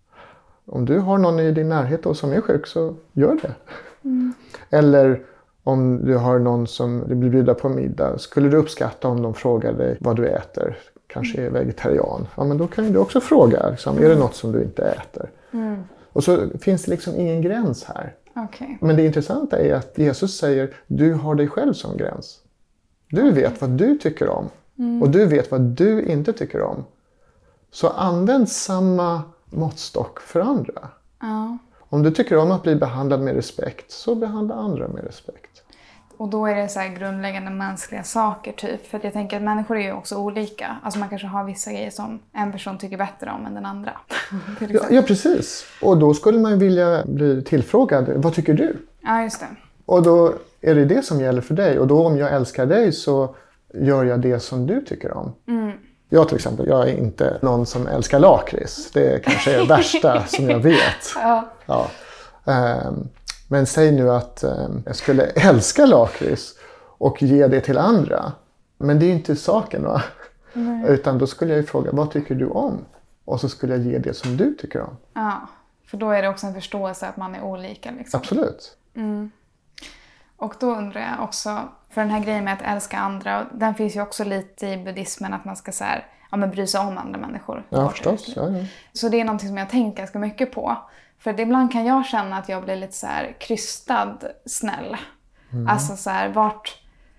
Om du har någon i din närhet då som är sjuk, så gör det. Mm. Eller om du har någon som du blir bjudda på middag, skulle du uppskatta om de frågar dig vad du äter? Kanske är vegetarian. Ja, men då kan du också fråga, liksom, är det något som du inte äter? Mm. Och så finns det liksom ingen gräns här. Okay. Men det intressanta är att Jesus säger, du har dig själv som gräns. Du vet vad du tycker om. Mm. Och du vet vad du inte tycker om. Så använd samma måttstock för andra. Ja. Om du tycker om att bli behandlad med respekt, så behandla andra med respekt. Och då är det så här grundläggande mänskliga saker typ. För att jag tänker att människor är ju också olika. Alltså man kanske har vissa grejer som en person tycker bättre om än den andra. ja, ja, precis. Och då skulle man vilja bli tillfrågad, vad tycker du? Ja, just det. Och då är det det som gäller för dig. Och då om jag älskar dig så gör jag det som du tycker om. Mm. Jag till exempel, jag är inte någon som älskar lakrits. Det kanske är det värsta som jag vet. Ja. Ja. Men säg nu att jag skulle älska lakrits och ge det till andra. Men det är inte saken, va? Nej. Utan då skulle jag ju fråga, vad tycker du om? Och så skulle jag ge det som du tycker om. Ja, för då är det också en förståelse att man är olika. Liksom. Absolut. Mm. Och då undrar jag också, för den här grejen med att älska andra, den finns ju också lite i buddhismen att man ska så här, ja, men bry sig om andra människor. Ja, förstås. Ja, ja. Så det är någonting som jag tänker ganska mycket på. För ibland kan jag känna att jag blir lite så här krystad snäll. Mm. Alltså så här, vart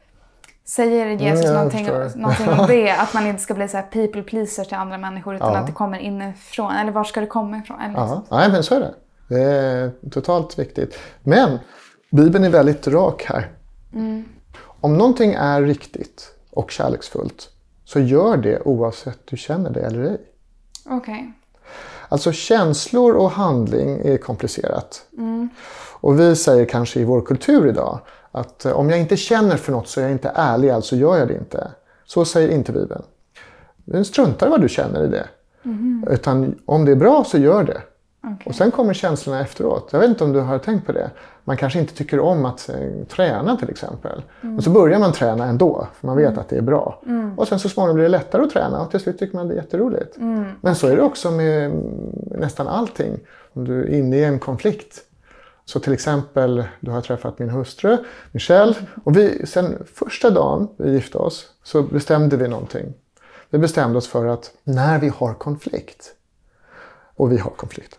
säger Jesus mm, någonting, någonting om det? Att man inte ska bli så här people pleaser till andra människor utan ja. Att det kommer inifrån. Eller var ska det komma ifrån? Eller ja, nej, men så är det. Det är totalt viktigt. Men Bibeln är väldigt rak här. Mm. Om någonting är riktigt och kärleksfullt så gör det oavsett du känner det eller ej. Okej. Okay. Alltså känslor och handling är komplicerat. Mm. Och vi säger kanske i vår kultur idag att om jag inte känner för något så är jag inte ärlig, alltså gör jag det inte. Så säger inte Bibeln. Den struntar vad du känner i det. Mm. Utan om det är bra så gör det. Okay. Och sen kommer känslorna efteråt. Jag vet inte om du har tänkt på det. Man kanske inte tycker om att eh, träna till exempel. Mm. Och så börjar man träna ändå. För man vet mm. att det är bra. Mm. Och sen så småningom blir det lättare att träna. Och till slut tycker man det är jätteroligt. Mm. Men så är det också med nästan allting. Om du är inne i en konflikt. Så till exempel, du har träffat min hustru, Michelle. Och vi, sen första dagen vi gifte oss så bestämde vi någonting. Vi bestämde oss för att när vi har konflikt. Och vi har konflikt.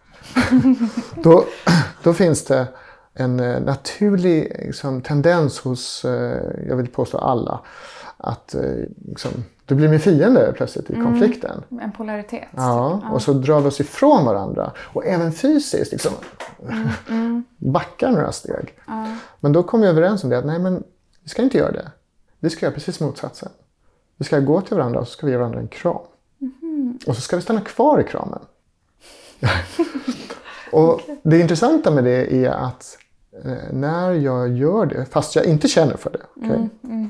då, då finns det en naturlig liksom, tendens hos, jag vill påstå alla, att liksom, du blir min fiende plötsligt i konflikten. Mm, en polaritet. Ja, ja, och så drar vi oss ifrån varandra. Och även fysiskt liksom, mm, mm. backar några steg. Ja. Men då kom vi överens om det att nej, men vi ska inte göra det. Vi ska göra precis motsatsen. Vi ska gå till varandra och så ska vi ge varandra en kram. Mm. Och så ska vi stanna kvar i kramen. Och okay. Det intressanta med det är att eh, när jag gör det, fast jag inte känner för det, okay? mm, mm.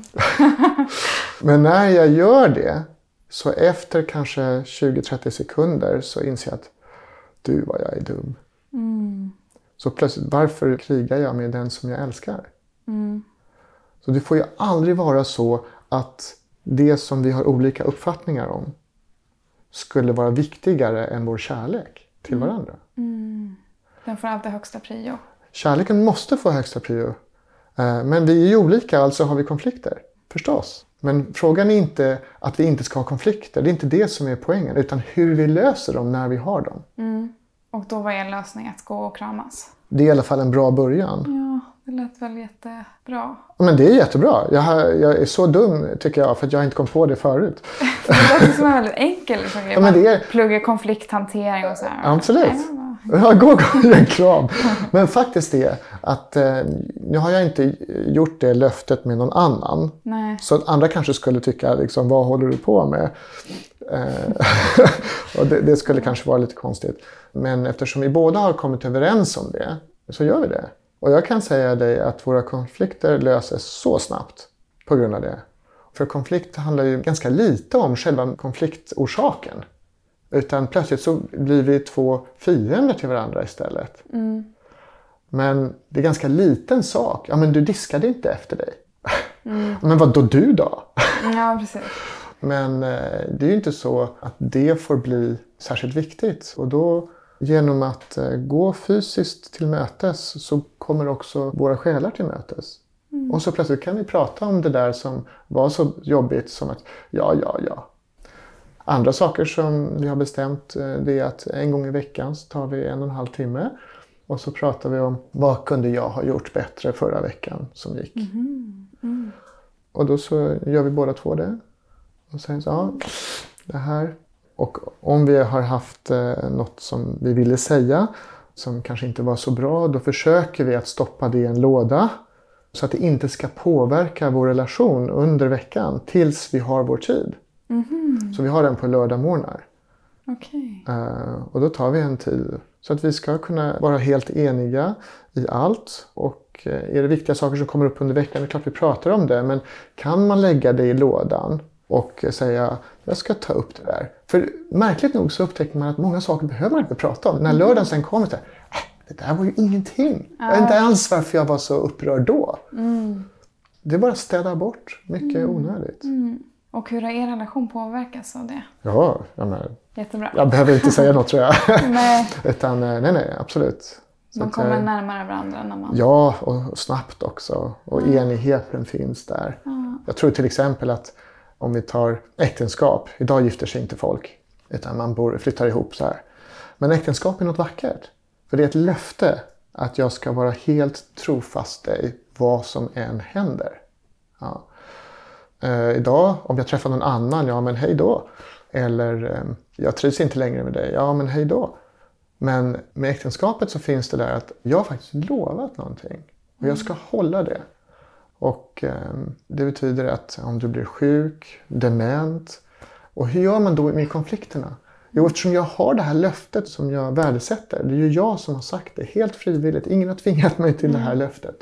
men när jag gör det så efter kanske tjugo till trettio sekunder så inser jag att du vad jag är dum. Mm. Så plötsligt, varför krigar jag med den som jag älskar? Mm. Så det får ju aldrig vara så att det som vi har olika uppfattningar om skulle vara viktigare än vår kärlek till varandra. Mm. Den får alltid högsta prio. Kärleken måste få högsta prio. Men vi är ju olika, alltså har vi konflikter. Förstås. Men frågan är inte att vi inte ska ha konflikter. Det är inte det som är poängen. Utan hur vi löser dem när vi har dem. Mm. Och då var er lösning att gå och kramas? Det är i alla fall en bra början. Ja, det lät väl jättebra. Men det är jättebra. Jag, har, jag är så dum tycker jag för att jag inte kom på det förut. Det låter som en väldigt enkel liksom, ja, men det är... plugga konflikthantering och så här. Absolut. Ja, gå och ge en kram. Men faktiskt det att eh, nu har jag inte gjort det löftet med någon annan. Nej. Så att andra kanske skulle tycka liksom, vad håller du på med? Eh, och det, det skulle kanske vara lite konstigt. Men eftersom vi båda har kommit överens om det så gör vi det. Och jag kan säga dig att våra konflikter löses så snabbt på grund av det. För konflikt handlar ju ganska lite om själva konfliktorsaken. Utan plötsligt så blir vi två fiender till varandra istället. Mm. Men det är ganska liten sak. Ja, men du diskade inte efter dig. Mm. Men vad då du då? Ja, precis. Men eh, det är ju inte så att det får bli särskilt viktigt. Och då genom att eh, gå fysiskt till mötes så kommer också våra själar till mötes. Mm. Och så plötsligt kan vi prata om det där som var så jobbigt som att ja, ja, ja. Andra saker som vi har bestämt det är att en gång i veckan så tar vi en och en halv timme. Och så pratar vi om vad kunde jag ha gjort bättre förra veckan som gick. Mm. Mm. Och då så gör vi båda två det. Och säger så ja, det här. Och om vi har haft något som vi ville säga som kanske inte var så bra. Då försöker vi att stoppa det i en låda. Så att det inte ska påverka vår relation under veckan tills vi har vår tid. Mm-hmm. Så vi har den på lördagmorgnar. Okay. Uh, och då tar vi en tid. Så att vi ska kunna vara helt eniga i allt. Och uh, är det viktiga saker som kommer upp under veckan, det är klart vi pratar om det. Men kan man lägga det i lådan och säga jag ska ta upp det där. För märkligt nog så upptäcker man att många saker behöver man inte prata om. När lördagen sen kommer så här, äh, det där var ju ingenting. Jag vet inte alls varför jag var så upprörd då. Mm. Det är bara att städa bort mycket mm. onödigt. Mm. Och hur har er relation påverkats av det? Ja, jag menar, jättebra. Jag behöver inte säga något tror jag. Nej. Utan nej, nej, absolut. Så man kommer jag, närmare varandra när man... Ja, och snabbt också. Och mm. enigheten finns där. Mm. Jag tror till exempel att om vi tar äktenskap. Idag gifter sig inte folk. Utan man bor, flyttar ihop så här. Men äktenskap är något vackert. För det är ett löfte att jag ska vara helt trofast dig vad som än händer. Ja. Eh, idag om jag träffar någon annan, ja men hej då. Eller eh, jag trivs inte längre med dig, ja men hej då. Men med äktenskapet så finns det där att jag har faktiskt lovat någonting. Och jag ska mm. hålla det. Och eh, det betyder att om du blir sjuk, dement. Och hur gör man då med konflikterna? Jo, eftersom jag har det här löftet som jag värdesätter. Det är ju jag som har sagt det helt frivilligt. Ingen har tvingat mig till mm. det här löftet.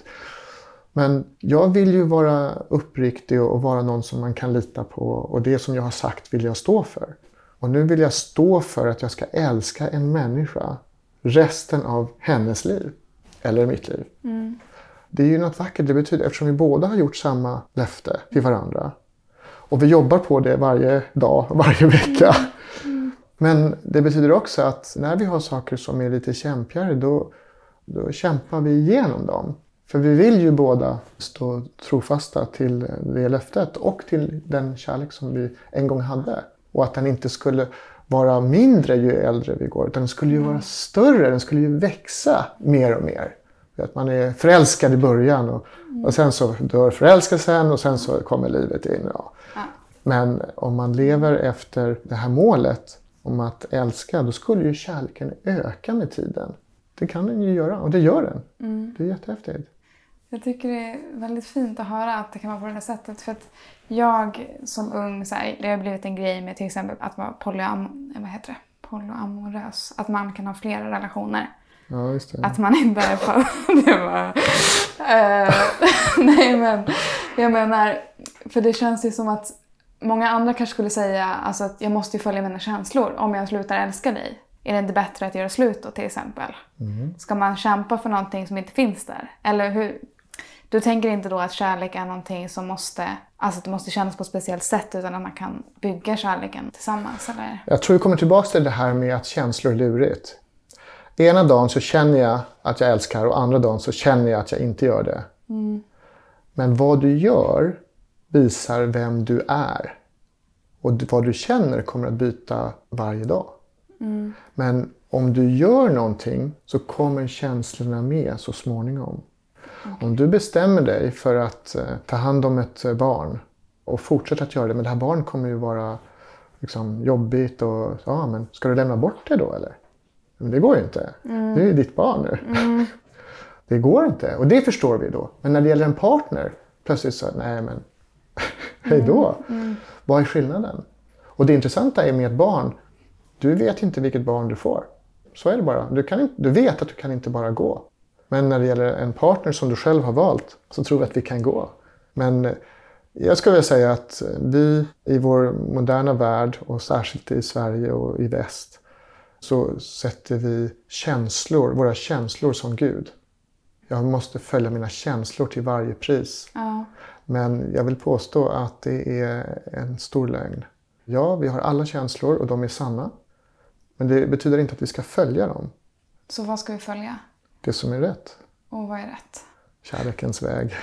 Men jag vill ju vara uppriktig och vara någon som man kan lita på. Och det som jag har sagt vill jag stå för. Och nu vill jag stå för att jag ska älska en människa resten av hennes liv. Eller mitt liv. Mm. Det är ju något vackert. Det betyder eftersom vi båda har gjort samma löfte till varandra. Och vi jobbar på det varje dag, varje vecka. Mm. Men det betyder också att när vi har saker som är lite kämpigare då, då kämpar vi igenom dem. För vi vill ju båda stå trofasta till det löftet och till den kärlek som vi en gång hade. Och att den inte skulle vara mindre ju äldre vi går, utan den skulle ju vara större, den skulle ju växa mer och mer. Att man är förälskad i början och, och sen så dör förälskelsen och sen så kommer livet in. Ja. Men om man lever efter det här målet om att älska, då skulle ju kärleken öka med tiden. Det kan den ju göra och det gör den. Mm. Det är jättehäftigt. Jag tycker det är väldigt fint att höra att det kan vara på det här sättet. För att jag som ung, så här, det har blivit en grej med till exempel att vara polyam, vad heter det? polyamorös. Att man kan ha flera relationer. Ja, just det. Att man inte är på... det var... Uh, nej, men jag menar... För det känns ju som att många andra kanske skulle säga alltså att jag måste ju följa mina känslor. Om jag slutar älska dig. Är det inte bättre att göra slut då till exempel? Mm. Ska man kämpa för någonting som inte finns där? Eller hur... Du tänker inte då att kärlek är någonting som måste... Alltså att det måste kännas på ett speciellt sätt utan att man kan bygga kärleken tillsammans, eller? Jag tror vi kommer tillbaka till det här med att känslor är lurigt. Ena dagen så känner jag att jag älskar och andra dagen så känner jag att jag inte gör det. Mm. Men vad du gör visar vem du är. Och vad du känner kommer att byta varje dag. Mm. Men om du gör någonting så kommer känslorna med så småningom. Okay. Om du bestämmer dig för att eh, ta hand om ett eh, barn och fortsätta att göra det, men det här barnet kommer ju vara liksom, jobbigt och ja, men ska du lämna bort det då eller? Men det går ju inte. Mm. Det är ju ditt barn nu. Mm. Det går inte. Och det förstår vi då. Men när det gäller en partner, plötsligt så, nej men, hej då. Mm. Mm. Vad är skillnaden? Och det intressanta är med ett barn, du vet inte vilket barn du får. Så är det bara. Du, kan inte, du vet att du kan inte bara gå. Men när det gäller en partner som du själv har valt så tror vi att vi kan gå. Men jag skulle vilja säga att vi i vår moderna värld och särskilt i Sverige och i väst så sätter vi känslor, våra känslor som Gud. Jag måste följa mina känslor till varje pris. Ja. Men jag vill påstå att det är en stor lögn. Ja, vi har alla känslor och de är sanna. Men det betyder inte att vi ska följa dem. Så vad ska vi följa? Det som är rätt. Och vad är rätt? Kärlekens väg.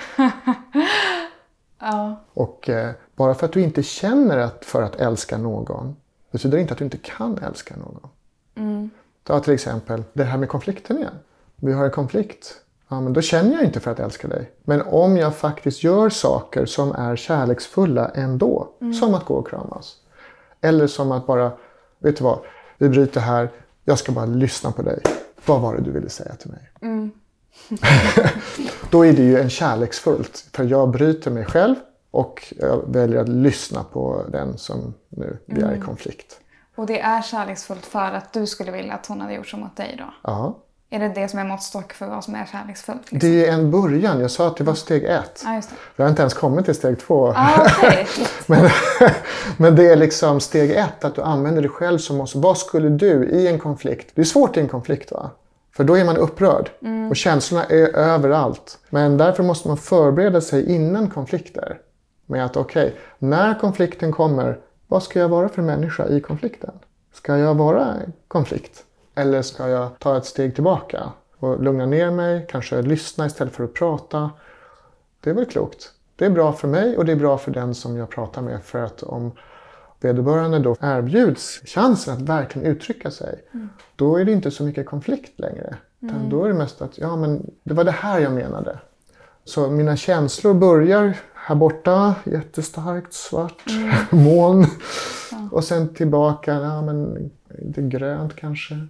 Ja. Och eh, bara för att du inte känner att för att älska någon betyder inte att du inte kan älska någon. Mm. Ta till exempel det här med konflikten igen. Vi har en konflikt. Ja, men då känner jag inte för att älska dig. Men om jag faktiskt gör saker som är kärleksfulla ändå. Mm. Som att gå och kramas. Eller som att bara, vet du vad, vi bryter här. Jag ska bara lyssna på dig. Vad var det du ville säga till mig? Mm. Då är det ju en kärleksfullt. För jag bryter mig själv. Och jag väljer att lyssna på den som nu vi är i konflikt. Och det är kärleksfullt för att du skulle vilja att hon hade gjort så mot dig då? Ja. Är det det som är måttstock för vad som är kärleksfullt? Liksom? Det är en början. Jag sa att det var steg ett. Ja, just det. Jag har inte ens kommit till steg två. Ah, okay. men, men det är liksom steg ett. Att du använder dig själv som oss. Vad skulle du i en konflikt? Det är svårt i en konflikt, va? För då är man upprörd. Mm. Och känslorna är överallt. Men därför måste man förbereda sig innan konflikter. Med att okej, okay, när konflikten kommer. Vad ska jag vara för människa i konflikten? Ska jag vara konflikt? Eller ska jag ta ett steg tillbaka och lugna ner mig, kanske lyssna istället för att prata? Det är väl klokt. Det är bra för mig och det är bra för den som jag pratar med. För att om vederbörande då erbjuds chansen att verkligen uttrycka sig, mm. då är det inte så mycket konflikt längre. Mm. Utan då är det mest att, ja men det var det här jag menade. Så mina känslor börjar här borta, jättestarkt, svart, mm. moln. Ja. Och sen tillbaka, ja men det är grönt kanske.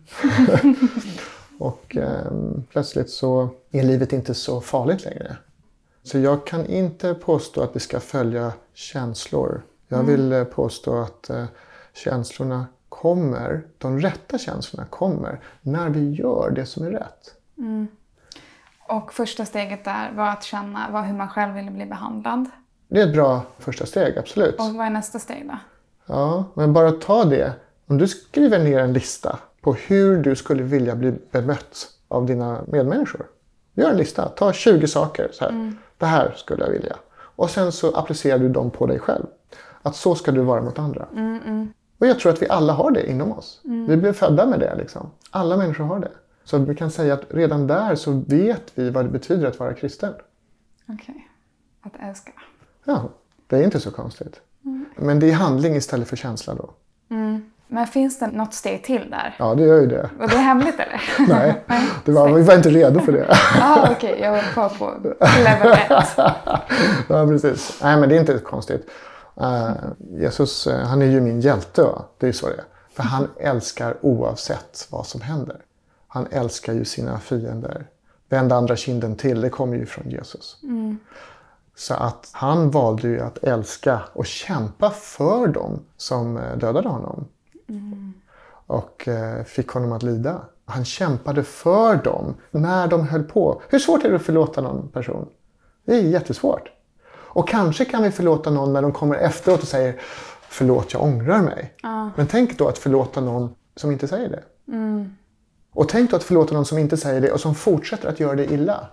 och eh, plötsligt så är livet inte så farligt längre. Så jag kan inte påstå att vi ska följa känslor. Jag mm. vill påstå att eh, känslorna kommer, de rätta känslorna kommer när vi gör det som är rätt. Mm. Och första steget där var att känna var hur man själv ville bli behandlad. Det är ett bra första steg, absolut. Och vad är nästa steg då? Ja, men bara ta det. Om du skriver ner en lista på hur du skulle vilja bli bemött av dina medmänniskor. Gör en lista, ta tjugo saker. Så här. Mm. Det här skulle jag vilja. Och sen så applicerar du dem på dig själv. Att så ska du vara mot andra. Mm, mm. Och jag tror att vi alla har det inom oss. Mm. Vi blev födda med det liksom. Alla människor har det. Så vi kan säga att redan där så vet vi vad det betyder att vara kristen. Okej, okay. Att älska. Ja, det är inte så konstigt. Mm. Men det är handling istället för känsla då. Mm. Men finns det något steg till där? Ja, det gör ju det. Och det är hemligt eller? Nej, det var, vi var inte redo för det. ah, okej. Okay. Jag var kvar på level ett. Ja, precis. Nej, men det är inte konstigt. Uh, Jesus, uh, han är ju min hjälte. Va? Det är ju så det är. För han älskar oavsett vad som händer. Han älskar ju sina fiender. Vända andra kinden till, det kommer ju från Jesus. Mm. Så att han valde ju att älska och kämpa för dem som dödade honom. Mm. Och eh, fick honom att lida. Han kämpade för dem när de höll på. Hur svårt är det att förlåta någon person? Det är jättesvårt. Och kanske kan vi förlåta någon när de kommer efteråt och säger förlåt, jag ångrar mig. Ah. Men tänk då att förlåta någon som inte säger det. Mm. Och tänk då att förlåta någon som inte säger det och som fortsätter att göra det illa.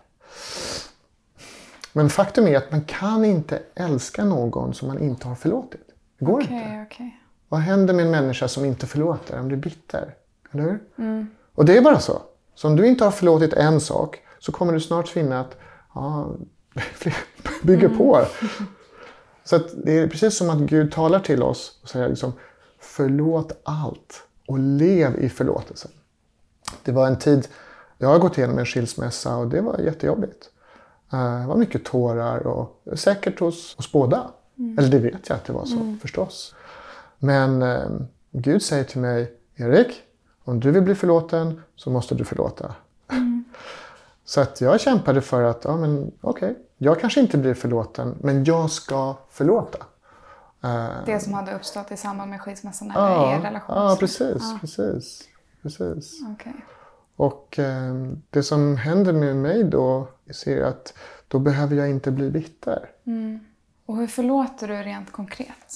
Men faktum är att man kan inte älska någon som man inte har förlåtit. Det går okay, inte. Okay. Vad händer med en människa som inte förlåter? Om du är bitter. Eller hur? Mm. Och det är bara så. Så om du inte har förlåtit en sak så kommer du snart finna att ja, bygger mm. på. Så att det är precis som att Gud talar till oss och säger liksom, förlåt allt och lev i förlåtelsen. Det var en tid, jag har gått igenom en skilsmässa och det var jättejobbigt. Det var mycket tårar och säkert hos, hos båda. Mm. Eller det vet jag att det var så mm. förstås. Men eh, Gud säger till mig, Erik, om du vill bli förlåten så måste du förlåta. Mm. Så att jag kämpade för att, ja men okej, okay, jag kanske inte blir förlåten men jag ska förlåta. Det som hade uppstått i samband med skilsmässan eller ja, er relation? Ja, precis, ja. precis, precis. Okay. Och eh, det som händer med mig då, jag ser att då behöver jag inte bli bitter. Mm. Och hur förlåter du rent konkret?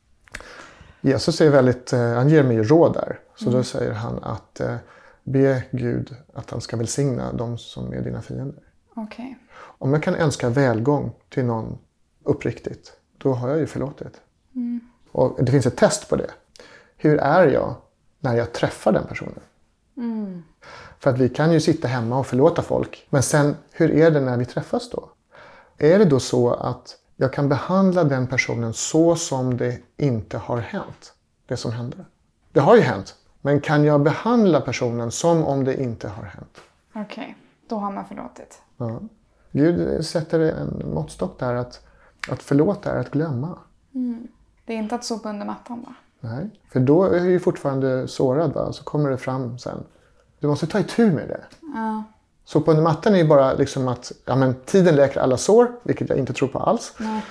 Jesus är väldigt, eh, han ger mig råd där. Så mm. då säger han att eh, be Gud att han ska välsigna de som är dina fiender. Okay. Om jag kan önska välgång till någon uppriktigt, då har jag ju förlåtit. Mm. Och det finns ett test på det. Hur är jag när jag träffar den personen? Mm. För att vi kan ju sitta hemma och förlåta folk. Men sen, hur är det när vi träffas då? Är det då så att jag kan behandla den personen så som det inte har hänt? Det som hände. Det har ju hänt. Men kan jag behandla personen som om det inte har hänt? Okej, okay. Då har man förlåtit. Ja. Gud sätter en måttstock där att, att förlåta är att glömma. Mm. Det är inte att sopa under mattan va? Nej, för då är jag ju fortfarande sårad va? Så kommer det fram sen. Du måste ta itu med det. Ja. Sopa under mattan är ju bara liksom att ja, men, tiden läker alla sår, vilket jag inte tror på alls. Nej.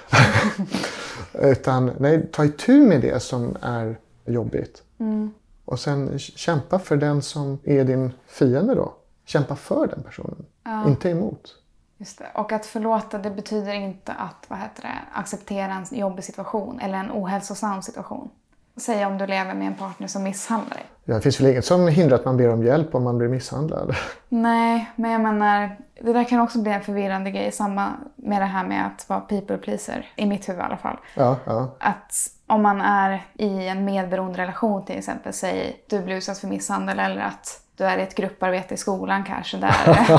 Utan nej, ta itu med det som är jobbigt. Mm. Och sen kämpa för den som är din fiende då. kämpa för den personen, Ja. inte emot. Just det. Och att förlåta, det betyder inte att vad heter det, acceptera en jobbig situation eller en ohälsosam situation. Säg om du lever med en partner som misshandlar dig. Ja, det finns väl inget som hindrar att man ber om hjälp om man blir misshandlad. Nej, men jag menar, det där kan också bli en förvirrande grej. Samma med det här med att vara people pleaser, i mitt huvud i alla fall. Ja, ja. Att om man är i en medberoende relation till exempel, säg du blir utsatt för misshandel eller att du är i ett grupparbete i skolan kanske där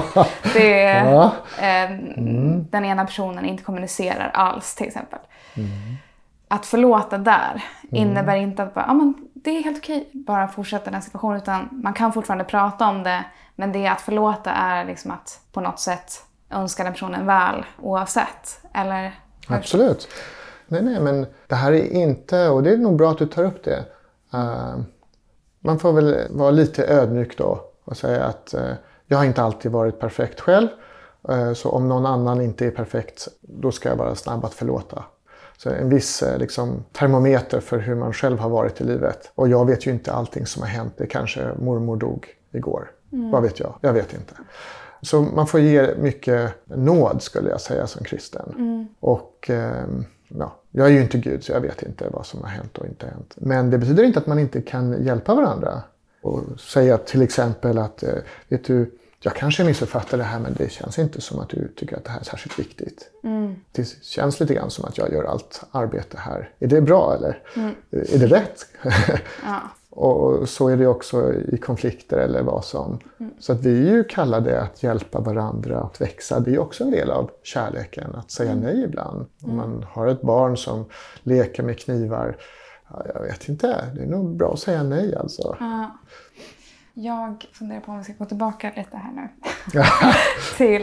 det är, Ja. eh, Mm. den ena personen inte kommunicerar alls till exempel. Mm. Att förlåta där innebär inte att bara, ja, men det är helt okej bara fortsätta den situationen, utan man kan fortfarande prata om det, men det att förlåta är liksom att på något sätt önska den personen väl oavsett. Eller? Absolut. Nej, nej, men det här är inte, och det är nog bra att du tar upp det. Uh, man får väl vara lite ödmjuk då och säga att uh, jag har inte alltid varit perfekt själv. Uh, så om någon annan inte är perfekt, då ska jag vara snabb att förlåta. Så en viss uh, liksom, termometer för hur man själv har varit i livet. Och jag vet ju inte allting som har hänt. Det kanske mormor dog igår. Mm. Vad vet jag? Jag vet inte. Så man får ge mycket nåd, skulle jag säga, som kristen. Mm. Och uh, ja, jag är ju inte Gud, så jag vet inte vad som har hänt och inte hänt. Men det betyder inte att man inte kan hjälpa varandra. Och säga till exempel att, vet du, jag kanske missuppfattar det här, men det känns inte som att du tycker att det här är särskilt viktigt. Mm. Det känns lite grann som att jag gör allt arbete här. Är det bra eller? Mm. Är det rätt? Ja. Och så är det också i konflikter eller vad som. Mm. Så att vi är ju kallade att hjälpa varandra att växa. Det är ju också en del av kärleken, att säga mm. nej ibland. Mm. Om man har ett barn som leker med knivar, ja, jag vet inte, det är nog bra att säga nej alltså. Ja. Jag funderar på om vi ska gå tillbaka lite här nu. Till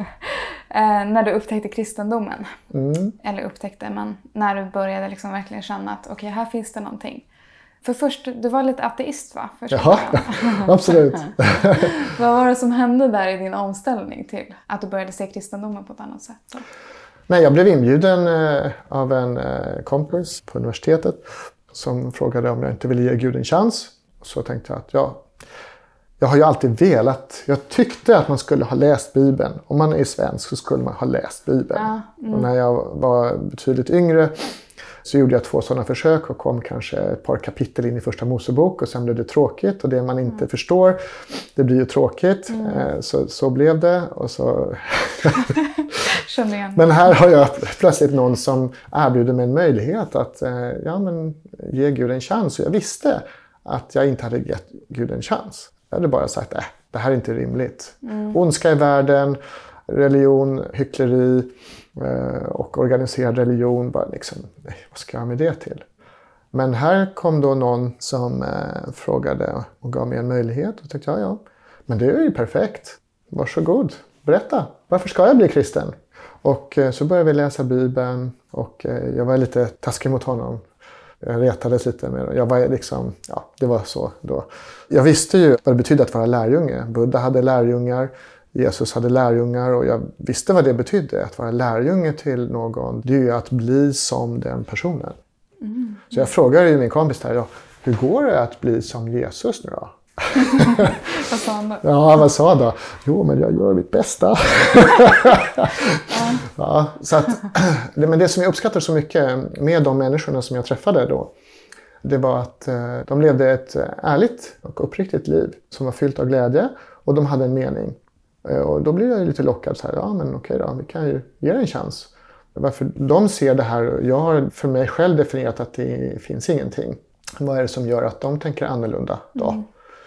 eh, när du upptäckte kristendomen. Mm. Eller upptäckte, men när du började liksom verkligen känna att okej, okay, här finns det någonting. För först, du var lite ateist va? Först ja, absolut. Vad var det som hände där i din omställning till att du började se kristendomen på ett annat sätt? Så? Nej, jag blev inbjuden eh, av en eh, kompis på universitetet som frågade om jag inte ville ge Gud en chans. Så tänkte jag att ja, jag har ju alltid velat, jag tyckte att man skulle ha läst Bibeln. Om man är svensk så skulle man ha läst Bibeln. Ja, mm. Och när jag var betydligt yngre så gjorde jag två sådana försök och kom kanske ett par kapitel in i första Mosebok och sen blev det tråkigt. Och det man inte mm. förstår, det blir ju tråkigt. Mm. Så, så blev det. Och så... Men här har jag plötsligt någon som erbjuder mig en möjlighet att ja, men, ge Gud en chans. Och jag visste att jag inte hade gett Gud en chans. Jag hade bara sagt, äh, det här är inte rimligt. Mm. Ondska i världen, religion, hyckleri och organiserad religion. Bara liksom, nej, vad ska jag med det till? Men här kom då någon som eh, frågade och gav mig en möjlighet. Och tänkte, ja, ja, men det är ju perfekt. Varsågod, berätta. Varför ska jag bli kristen? Och eh, så började vi läsa Bibeln och eh, jag var lite taskig mot honom. Jag retades lite med det. Jag var liksom, ja, det var så då. Jag visste ju vad det betydde att vara lärjunge. Buddha hade lärjungar. Jesus hade lärjungar och jag visste vad det betydde. Att vara lärjunge till någon, det är ju att bli som den personen. Mm. Så jag frågade ju min kompis där, ja, hur går det att bli som Jesus nu då? Vad sa han då? Ja, vad sa då? Jo, men jag gör mitt bästa. ja. Ja, så att, men det som jag uppskattar så mycket med de människorna som jag träffade då, det var att de levde ett ärligt och uppriktigt liv som var fyllt av glädje och de hade en mening. Och då blir jag lite lockad så här, ja men okej då, vi kan ju ge det en chans. Varför de ser det här, jag har för mig själv definierat att det finns ingenting. Vad är det som gör att de tänker annorlunda då? Mm.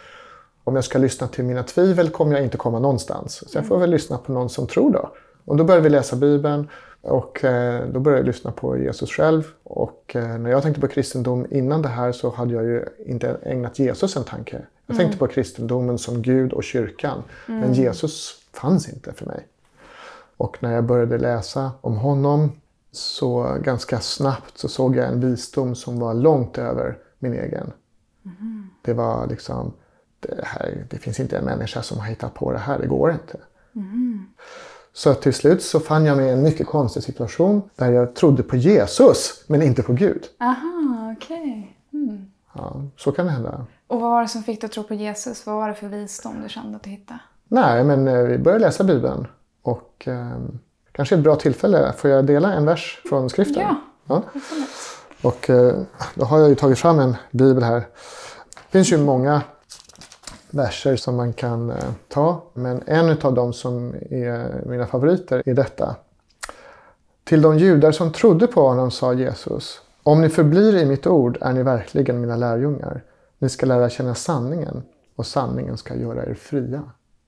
Om jag ska lyssna till mina tvivel kommer jag inte komma någonstans. Så jag får väl lyssna på någon som tror då. Och då började vi läsa Bibeln och eh, då började jag lyssna på Jesus själv. Och eh, när jag tänkte på kristendom innan det här så hade jag ju inte ägnat Jesus en tanke. Jag tänkte mm. på kristendomen som Gud och kyrkan. Mm. Men Jesus fanns inte för mig. Och när jag började läsa om honom så ganska snabbt så såg jag en visdom som var långt över min egen. Mm. Det var liksom, det, här, det finns inte en människa som har hittat på det här, det går inte. Mm. Så till slut så fann jag mig i en mycket konstig situation där jag trodde på Jesus men inte på Gud. Aha, okej. Okay. Mm. Ja, så kan det hända. Och vad var det som fick dig att tro på Jesus? Vad var det för visdom du kände att du hittade? Nej, men eh, vi börjar läsa Bibeln. Och eh, kanske ett bra tillfälle. Får jag dela en vers från skriften? Ja, ja. Och eh, då har jag ju tagit fram en bibel här. Det finns ju många verser som man kan eh, ta. Men en av dem som är mina favoriter är detta. Till de judar som trodde på honom sa Jesus: om ni förblir i mitt ord är ni verkligen mina lärjungar. Ni ska lära känna sanningen och sanningen ska göra er fria.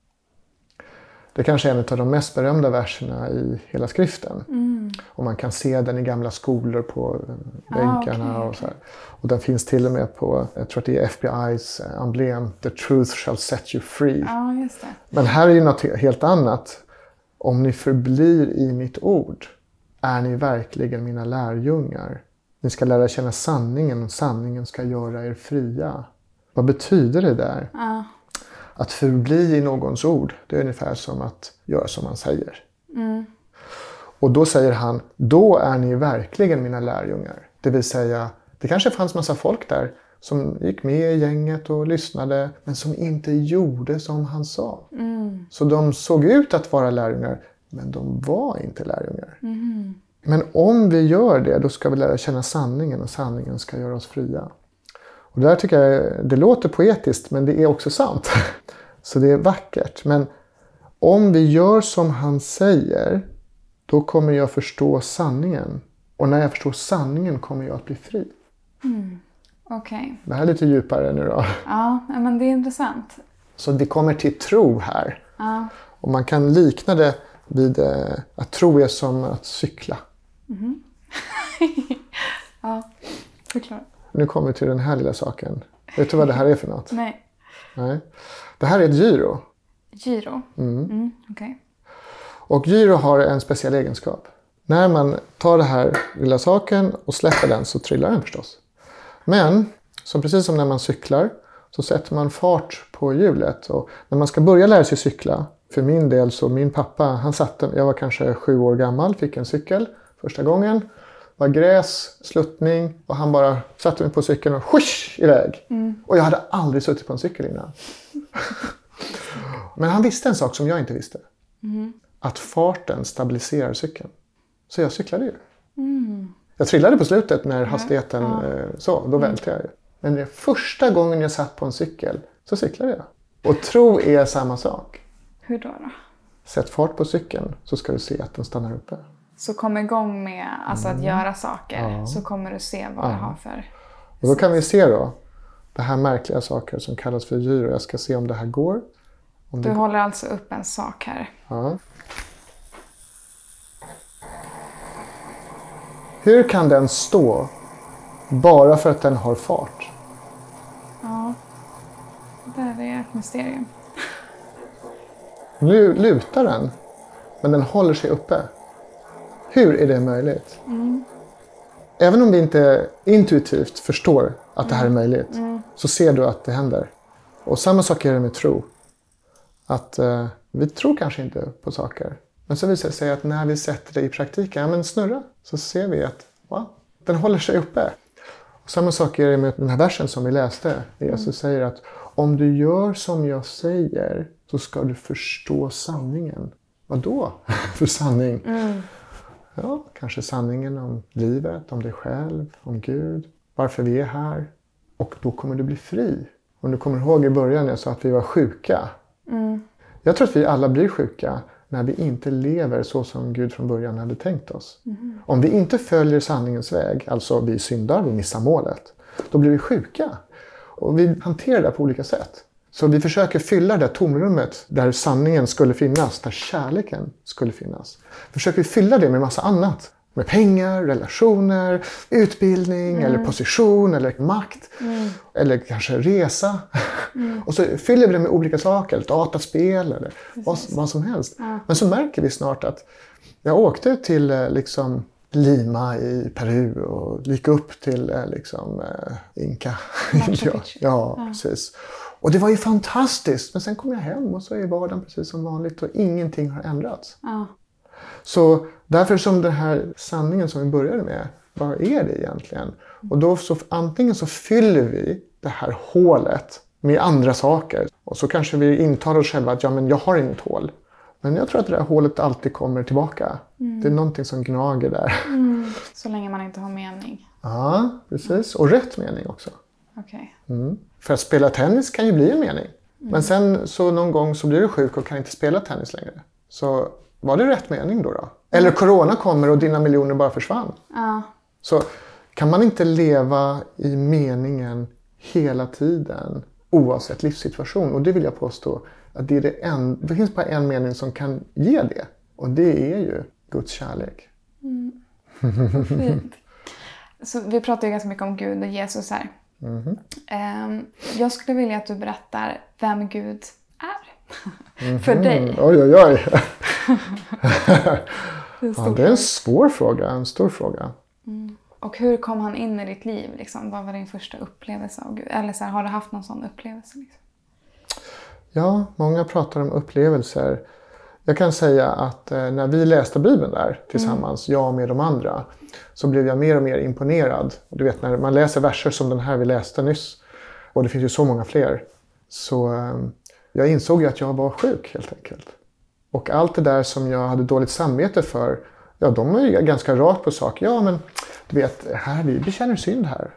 Det kanske är en av de mest berömda verserna i hela skriften. Mm. Och man kan se den i gamla skolor på bänkarna. Ah, okay. och, så här. Och den finns till och med på, jag tror att det är F B I's emblem, The truth shall set you free. Ah, just det. Men här är ju något helt annat. Om ni förblir i mitt ord är ni verkligen mina lärjungar. Ni ska lära känna sanningen och sanningen ska göra er fria. Vad betyder det där? Ah. Att förbli i någons ord, det är ungefär som att göra som man säger. Mm. Och då säger han, då är ni verkligen mina lärjungar. Det vill säga, det kanske fanns massa folk där som gick med i gänget och lyssnade, men som inte gjorde som han sa. Mm. Så de såg ut att vara lärjungar, men de var inte lärjungar. Mm. Men om vi gör det, då ska vi lära känna sanningen och sanningen ska göra oss fria. Och det där tycker jag, det låter poetiskt, men det är också sant. Så det är vackert. Men om vi gör som han säger, då kommer jag förstå sanningen. Och när jag förstår sanningen kommer jag att bli fri. Mm. Okej. Okay. Det här är lite djupare nu då. Ja, men det är intressant. Så vi kommer till tro här. Ja. Och man kan likna det vid att tro är som att cykla. Mm. Ja, förklara. Nu kommer vi till den här lilla saken. Vet du vad det här är för något? Nej. Nej. Det här är ett gyro. Gyro? Mm. Mm, okej. Okay. Och gyro har en speciell egenskap. När man tar den här lilla saken och släpper den så trillar den förstås. Men, som precis som när man cyklar, så sätter man fart på hjulet. Och när man ska börja lära sig cykla, för min del så min pappa, han satte, jag var kanske sju år gammal, fick en cykel första gången. Var gräs, sluttning och han bara satte mig på cykeln och shush iväg. Mm. Och jag hade aldrig suttit på en cykel innan. Men han visste en sak som jag inte visste. Mm. Att farten stabiliserar cykeln. Så jag cyklade ju. Mm. Jag trillade på slutet när hastigheten ja. så, då välte jag ju. Men det första gången jag satt på en cykel så cyklade jag. Och tro är samma sak. Hur då då? Sätt fart på cykeln så ska du se att den stannar uppe. Så kom igång med alltså, mm. att göra saker ja. så kommer du se vad ja. det har för... Och då kan vi se då det här märkliga saker som kallas för gyro. Jag ska se om det här går. Om du det... håller alltså upp en sak här. Ja. Hur kan den stå bara för att den har fart? Ja, det är ett mysterium. Nu lutar den, men den håller sig uppe. Hur är det möjligt? Mm. Även om vi inte intuitivt förstår att mm. det här är möjligt, mm. så ser du att det händer. Och samma sak är det med tro. Att eh, vi tror kanske inte på saker. Men så visar det sig att när vi sätter det i praktiken, ja men snurra, så ser vi att va? Den håller sig uppe. Och samma sak är det med den här versen som vi läste. Jesus mm. säger att om du gör som jag säger så ska du förstå sanningen. Vad då för sanning? Mm. Ja, kanske sanningen om livet, om dig själv, om Gud. Varför vi är här. Och då kommer du bli fri. Om du kommer ihåg i början jag sa att vi var sjuka. Mm. Jag tror att vi alla blir sjuka när vi inte lever så som Gud från början hade tänkt oss. Mm. Om vi inte följer sanningens väg, alltså vi syndar, vi missar målet, då blir vi sjuka. Och vi hanterar det på olika sätt. Så vi försöker fylla det tomrummet där sanningen skulle finnas, där kärleken skulle finnas. Försöker fylla det med massa annat. Med pengar, relationer, utbildning, mm. eller position, eller makt. Mm. Eller kanske resa. Mm. Och så fyller vi det med olika saker, dataspel eller vad, vad som helst. Ja. Men så märker vi snart att jag åkte till liksom Lima i Peru och gick upp till liksom Inka. ja, ja, precis. Och det var ju fantastiskt. Men sen kom jag hem och så är vardagen precis som vanligt och ingenting har ändrats. Ja. Så därför som den här sanningen som vi började med, vad är det egentligen? Och då så antingen så fyller vi det här hålet med andra saker. Och så kanske vi intalar oss själva att ja, men jag har inget hål. Men jag tror att det där hålet alltid kommer tillbaka. Mm. Det är någonting som gnager där. Mm. Så länge man inte har mening. Ja, precis. Och rätt mening också. Okej. Mm. För att spela tennis kan ju bli en mening. Mm. Men sen så någon gång så blir du sjuk och kan inte spela tennis längre. Så var det rätt mening då då? Eller corona kommer och dina miljoner bara försvann. Ja. Så kan man inte leva i meningen hela tiden oavsett livssituation. Och det vill jag påstå att det är det en, det finns bara en mening som kan ge det. Och det är ju Guds kärlek. Mm. Fint. Så vi pratar ju ganska mycket om Gud och Jesus här. Mm-hmm. Um, jag skulle vilja att du berättar vem Gud är. Mm-hmm. För dig. Oj, oj, oj. det, är ja, det är en svår fråga, en stor fråga. Mm. Och hur kom han in i ditt liv? Liksom? Vad var din första upplevelse av Gud? Eller så här, har du haft någon sån upplevelse? Liksom? Ja, många pratar om upplevelser. Jag kan säga att eh, när vi läste Bibeln där tillsammans, mm. jag med de andra, så blev jag mer och mer imponerad. Du vet, när man läser verser som den här vi läste nyss, och det finns ju så många fler, så eh, jag insåg ju att jag var sjuk helt enkelt. Och allt det där som jag hade dåligt samvete för, ja, de är ju ganska rakt på sak. Ja, men du vet, här, vi bekänner synd här.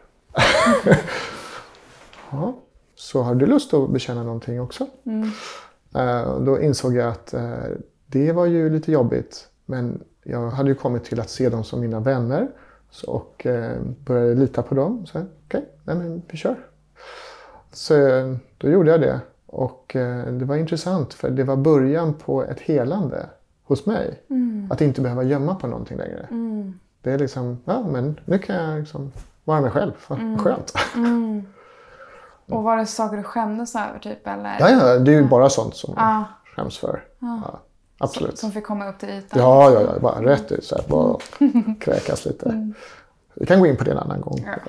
Ja, så har du lust att bekänna någonting också? Mm. Uh, då insåg jag att uh, det var ju lite jobbigt. Men jag hade ju kommit till att se dem som mina vänner. Så, och uh, började lita på dem. Så okej, okay, nej men vi kör. Så uh, då gjorde jag det. Och uh, det var intressant för det var början på ett helande hos mig. Mm. Att inte behöva gömma på någonting längre. Mm. Det är liksom, ja men nu kan jag liksom vara mig själv. Vad mm. skönt. Mm. Och var det saker du skämdes över typ? Eller? Ja, ja, det är ju bara sånt som ah. jag skäms för. Ah. Ja, absolut. Som, som fick komma upp till ytan? Ja, ja, ja, bara rätt ut så här, bara kräkas lite. Mm. Vi kan gå in på det en annan gång. Ja.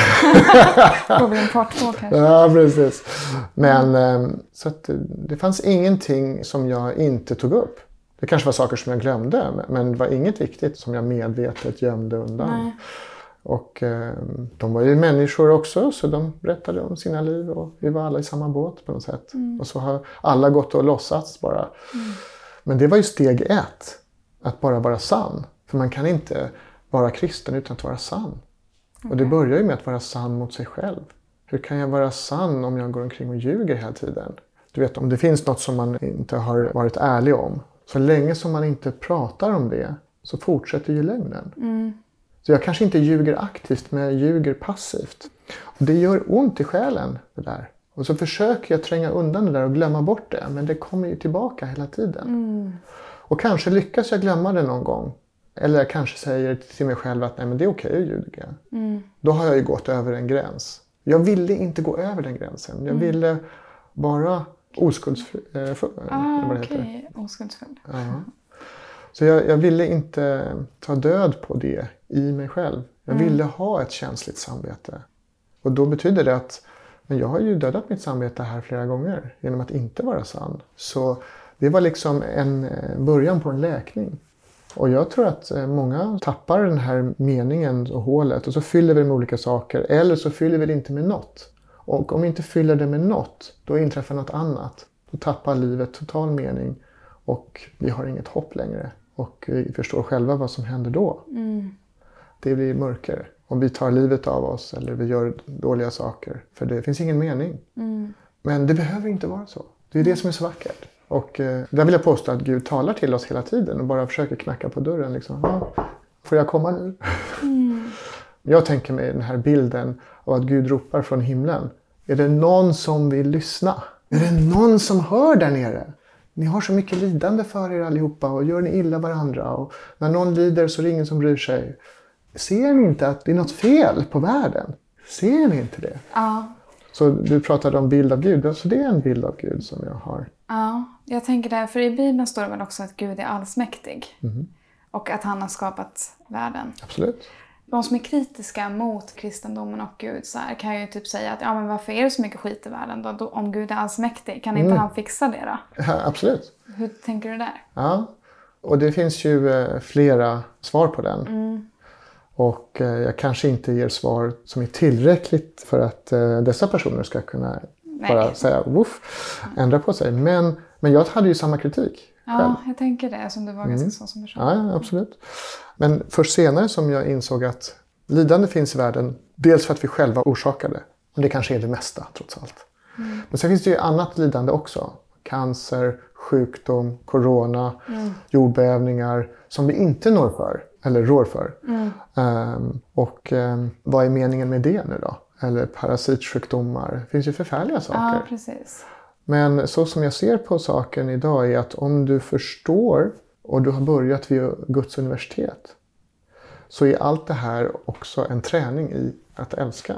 Får vi en part två kanske? Ja, precis. Men mm. så att det fanns ingenting som jag inte tog upp. Det kanske var saker som jag glömde, men det var inget viktigt som jag medvetet gömde undan. Nej. Och eh, de var ju människor också, så de berättade om sina liv och vi var alla i samma båt på något sätt. Mm. Och så har alla gått och låtsats bara. Mm. Men det var ju steg ett, att bara vara sann. För man kan inte vara kristen utan att vara sann. Okay. Och det börjar ju med att vara sann mot sig själv. Hur kan jag vara sann om jag går omkring och ljuger hela tiden? Du vet, om det finns något som man inte har varit ärlig om. Så länge som man inte pratar om det så fortsätter ju lögnen. Mm. Så jag kanske inte ljuger aktivt, men jag ljuger passivt. Och det gör ont i själen, det där. Och så försöker jag tränga undan det där och glömma bort det. Men det kommer ju tillbaka hela tiden. Mm. Och kanske lyckas jag glömma det någon gång. Eller jag kanske säger till mig själv att nej, men det är okej att ljuga. Mm. Då har jag ju gått över en gräns. Jag ville inte gå över den gränsen. Jag mm. ville bara oskuldsfull. Äh, ah, okej. Okay. Oskuldsfull. Ja. Så jag, jag ville inte ta död på det i mig själv. Jag mm. ville ha ett känsligt samvete. Och då betyder det att men jag har ju dödat mitt samvete här flera gånger genom att inte vara sann. Så det var liksom en början på en läkning. Och jag tror att många tappar den här meningen och hålet och så fyller vi det med olika saker. Eller så fyller vi det inte med något. Och om vi inte fyller det med något, då inträffar något annat. Då tappar livet total mening och vi har inget hopp längre. Och vi förstår själva vad som händer då. Mm. Det blir mörker. Om vi tar livet av oss eller vi gör dåliga saker. För det finns ingen mening. Mm. Men det behöver inte vara så. Det är det som är så vackert. Och eh, där vill jag påstå att Gud talar till oss hela tiden. Och bara försöker knacka på dörren. Liksom. Ja, får jag komma nu? Mm. Jag tänker mig den här bilden av att Gud ropar från himlen. Är det någon som vill lyssna? Är det någon som hör där nere? Ni har så mycket lidande för er allihopa och gör ni illa varandra. Och när någon lider så är det ingen som bryr sig. Ser ni inte att det är något fel på världen? Ser ni inte det? Ja. Så du pratade om bild av Gud. Så det är en bild av Gud som jag har. Ja, jag tänker det. För i Bibeln står det väl också att Gud är allsmäktig. Mm. Och att han har skapat världen. Absolut. De som är kritiska mot kristendomen och Gud så här, kan ju typ säga att ja, men varför är det så mycket skit i världen då? Då om Gud är allsmäktig, kan inte mm. han fixa det då? Ja, absolut. Hur tänker du där? Ja, och det finns ju eh, flera svar på den. Mm. Och eh, jag kanske inte ger svar som är tillräckligt för att eh, dessa personer ska kunna bara säga woof, ändra på sig. Men, men jag hade ju samma kritik ja, själv. Jag tänker det, som du var Mm. ganska så som person. Ja, absolut. Men först senare som jag insåg att lidande finns i världen, dels för att vi själva orsakar det. Och det kanske är det mesta, trots allt. Mm. Men sen finns det ju annat lidande också. Cancer, sjukdom, corona, mm. jordbävningar som vi inte når för, eller rår för. Mm. Um, och um, vad är meningen med det nu då? Eller parasitsjukdomar. Det finns ju förfärliga saker. Ja, precis. Men så som jag ser på saken idag är att om du förstår och du har börjat vid Guds universitet, så är allt det här också en träning i att älska.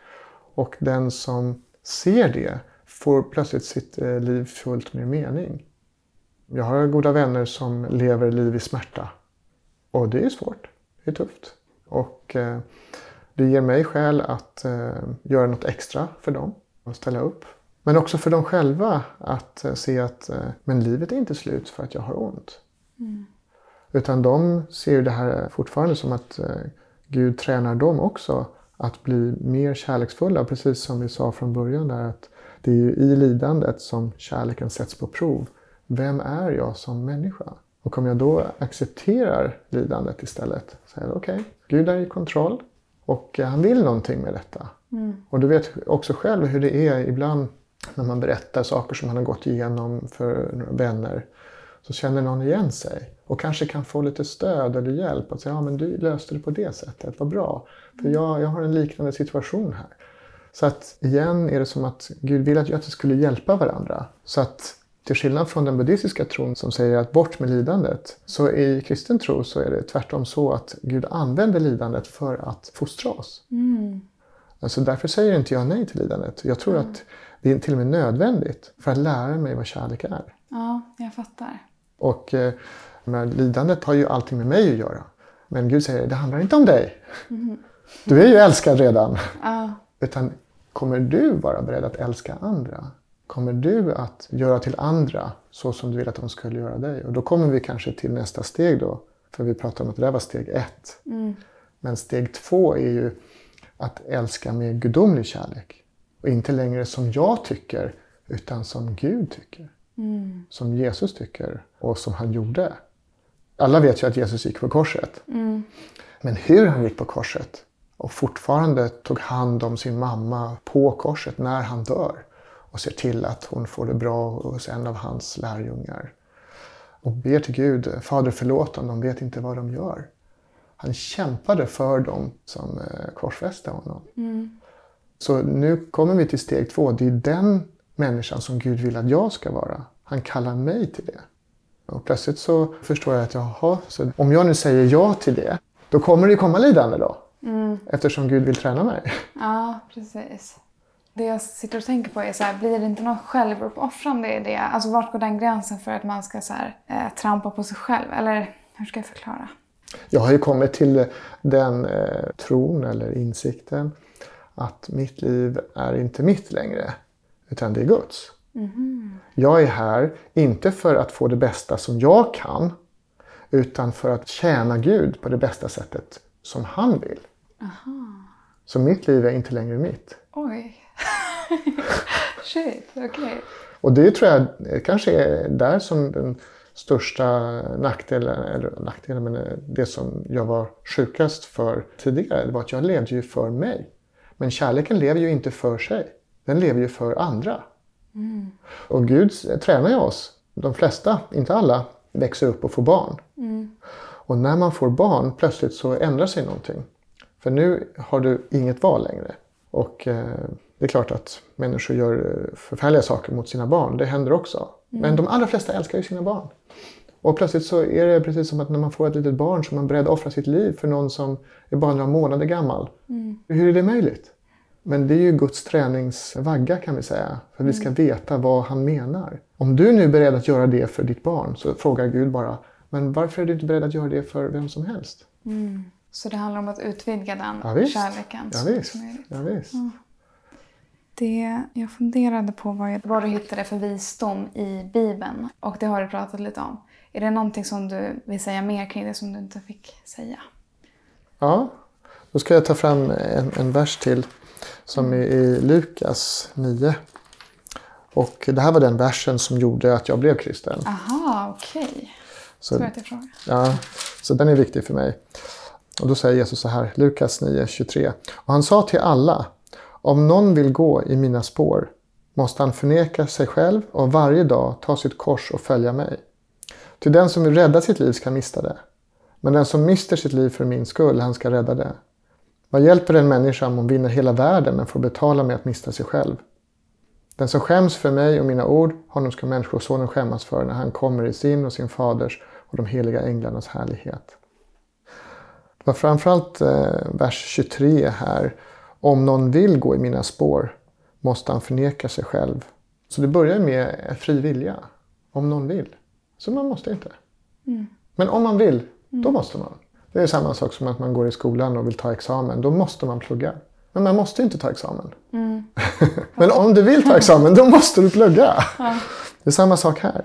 Och den som ser det får plötsligt sitt liv fullt med mening. Jag har goda vänner som lever liv i smärta. Och det är svårt. Det är tufft. Och eh, det ger mig skäl att eh, göra något extra för dem och ställa upp. Men också för dem själva att eh, se att eh, men livet är inte slut för att jag har ont. Mm. Utan de ser det här fortfarande som att eh, Gud tränar dem också att bli mer kärleksfulla. Precis som vi sa från början där, att det är ju i lidandet som kärleken sätts på prov. Vem är jag som människa? Och om jag då accepterar lidandet istället, säger jag okej, okay, Gud är i kontroll och han vill någonting med detta. Mm. Och du vet också själv hur det är ibland när man berättar saker som man har gått igenom för vänner. Så känner någon igen sig och kanske kan få lite stöd eller hjälp. Att säga, ja men du löste det på det sättet, vad bra. För jag, jag har en liknande situation här. Så att igen är det som att Gud vill att vi skulle hjälpa varandra. Så att till skillnad från den buddhistiska tron som säger att bort med lidandet, så i kristen tro så är det tvärtom så att Gud använder lidandet för att fostra oss. Mm. Alltså därför säger inte jag nej till lidandet. Jag tror mm. att det är till och med nödvändigt för att lära mig vad kärlek är. Ja, jag fattar. Och eh, men lidandet har ju allting med mig att göra. Men Gud säger, det handlar inte om dig. Mm. Du är ju älskad redan. Ja. Utan kommer du vara beredd att älska andra? Kommer du att göra till andra så som du vill att de skulle göra dig? Och då kommer vi kanske till nästa steg då. För vi pratar om att det där var steg ett. Mm. Men steg två är ju att älska med gudomlig kärlek. Och inte längre som jag tycker, utan som Gud tycker. Mm. Som Jesus tycker och som han gjorde. Alla vet ju att Jesus gick på korset. Mm. Men hur han gick på korset och fortfarande tog hand om sin mamma på korset när han dör. Och ser till att hon får det bra hos en av hans lärjungar. Och ber till Gud, Fader förlåt dem, de vet inte vad de gör. Han kämpade för dem som korsfäste honom. Mm. Så nu kommer vi till steg två. Det är den människan som Gud vill att jag ska vara. Han kallar mig till det. Och plötsligt så förstår jag att jaha, så om jag nu säger ja till det, då kommer det komma lidande då. Mm. Eftersom Gud vill träna mig. Ja, precis. Det jag sitter och tänker på är så här, blir det inte någon självuppoffrande i det? Alltså vart går den gränsen för att man ska så här, eh, trampa på sig själv? Eller hur ska jag förklara? Jag har ju kommit till den eh, tron eller insikten att mitt liv är inte mitt längre, utan det är Guds. Mm-hmm. Jag är här inte för att få det bästa som jag kan, utan för att tjäna Gud på det bästa sättet som han vill. Aha. Så mitt liv är inte längre mitt. Oj. Shit, okej. Okay. Och det tror jag kanske är där som den största nackdelen, eller nackdelen, men det som jag var sjukast för tidigare, det var att jag levde ju för mig. Men kärleken lever ju inte för sig. Den lever ju för andra. Mm. Och Gud tränar ju oss. De flesta, inte alla, växer upp och får barn. Mm. Och när man får barn, plötsligt så ändrar sig någonting. För nu har du inget val längre. Och eh, det är klart att människor gör förfärliga saker mot sina barn. Det händer också. Mm. Men de allra flesta älskar ju sina barn. Och plötsligt så är det precis som att när man får ett litet barn så är man beredd att offra sitt liv för någon som är bara några månader gammal. Mm. Hur är det möjligt? Men det är ju Guds träningsvagga kan vi säga. För att vi ska veta vad han menar. Om du nu är beredd att göra det för ditt barn så frågar Gud bara, men varför är du inte beredd att göra det för vem som helst? Mm. Så det handlar om att utvidga den ja, visst. kärleken. Ja, visst. Ja, visst. Ja. Det jag funderade på var vad du hittade för visdom i Bibeln. Och det har du pratat lite om. Är det någonting som du vill säga mer kring det som du inte fick säga? Ja, då ska jag ta fram en, en vers till som är i Lukas nio. Och det här var den versen som gjorde att jag blev kristen. Aha, okej. Okay. Så, så, ja, så den är viktig för mig. Och då säger Jesus så här, Lukas nio tjugotre. Och han sa till alla, om någon vill gå i mina spår måste han förneka sig själv och varje dag ta sitt kors och följa mig. Till den som vill rädda sitt liv ska mista det. Men den som mister sitt liv för min skull, han ska rädda det. Vad hjälper en människa om hon vinner hela världen men får betala med att mista sig själv? Den som skäms för mig och mina ord, honom ska människosonen skämmas för när han kommer i sin och sin faders och de heliga änglarnas härlighet. Det var framförallt eh, vers tjugotre här. Om någon vill gå i mina spår måste han förneka sig själv. Så det börjar med fri vilja. Om någon vill. Så man måste inte. Mm. Men om man vill, då mm. måste man. Det är samma sak som att man går i skolan och vill ta examen. Då måste man plugga. Men man måste inte ta examen. Mm. Men om du vill ta examen, då måste du plugga. Ja. Det är samma sak här.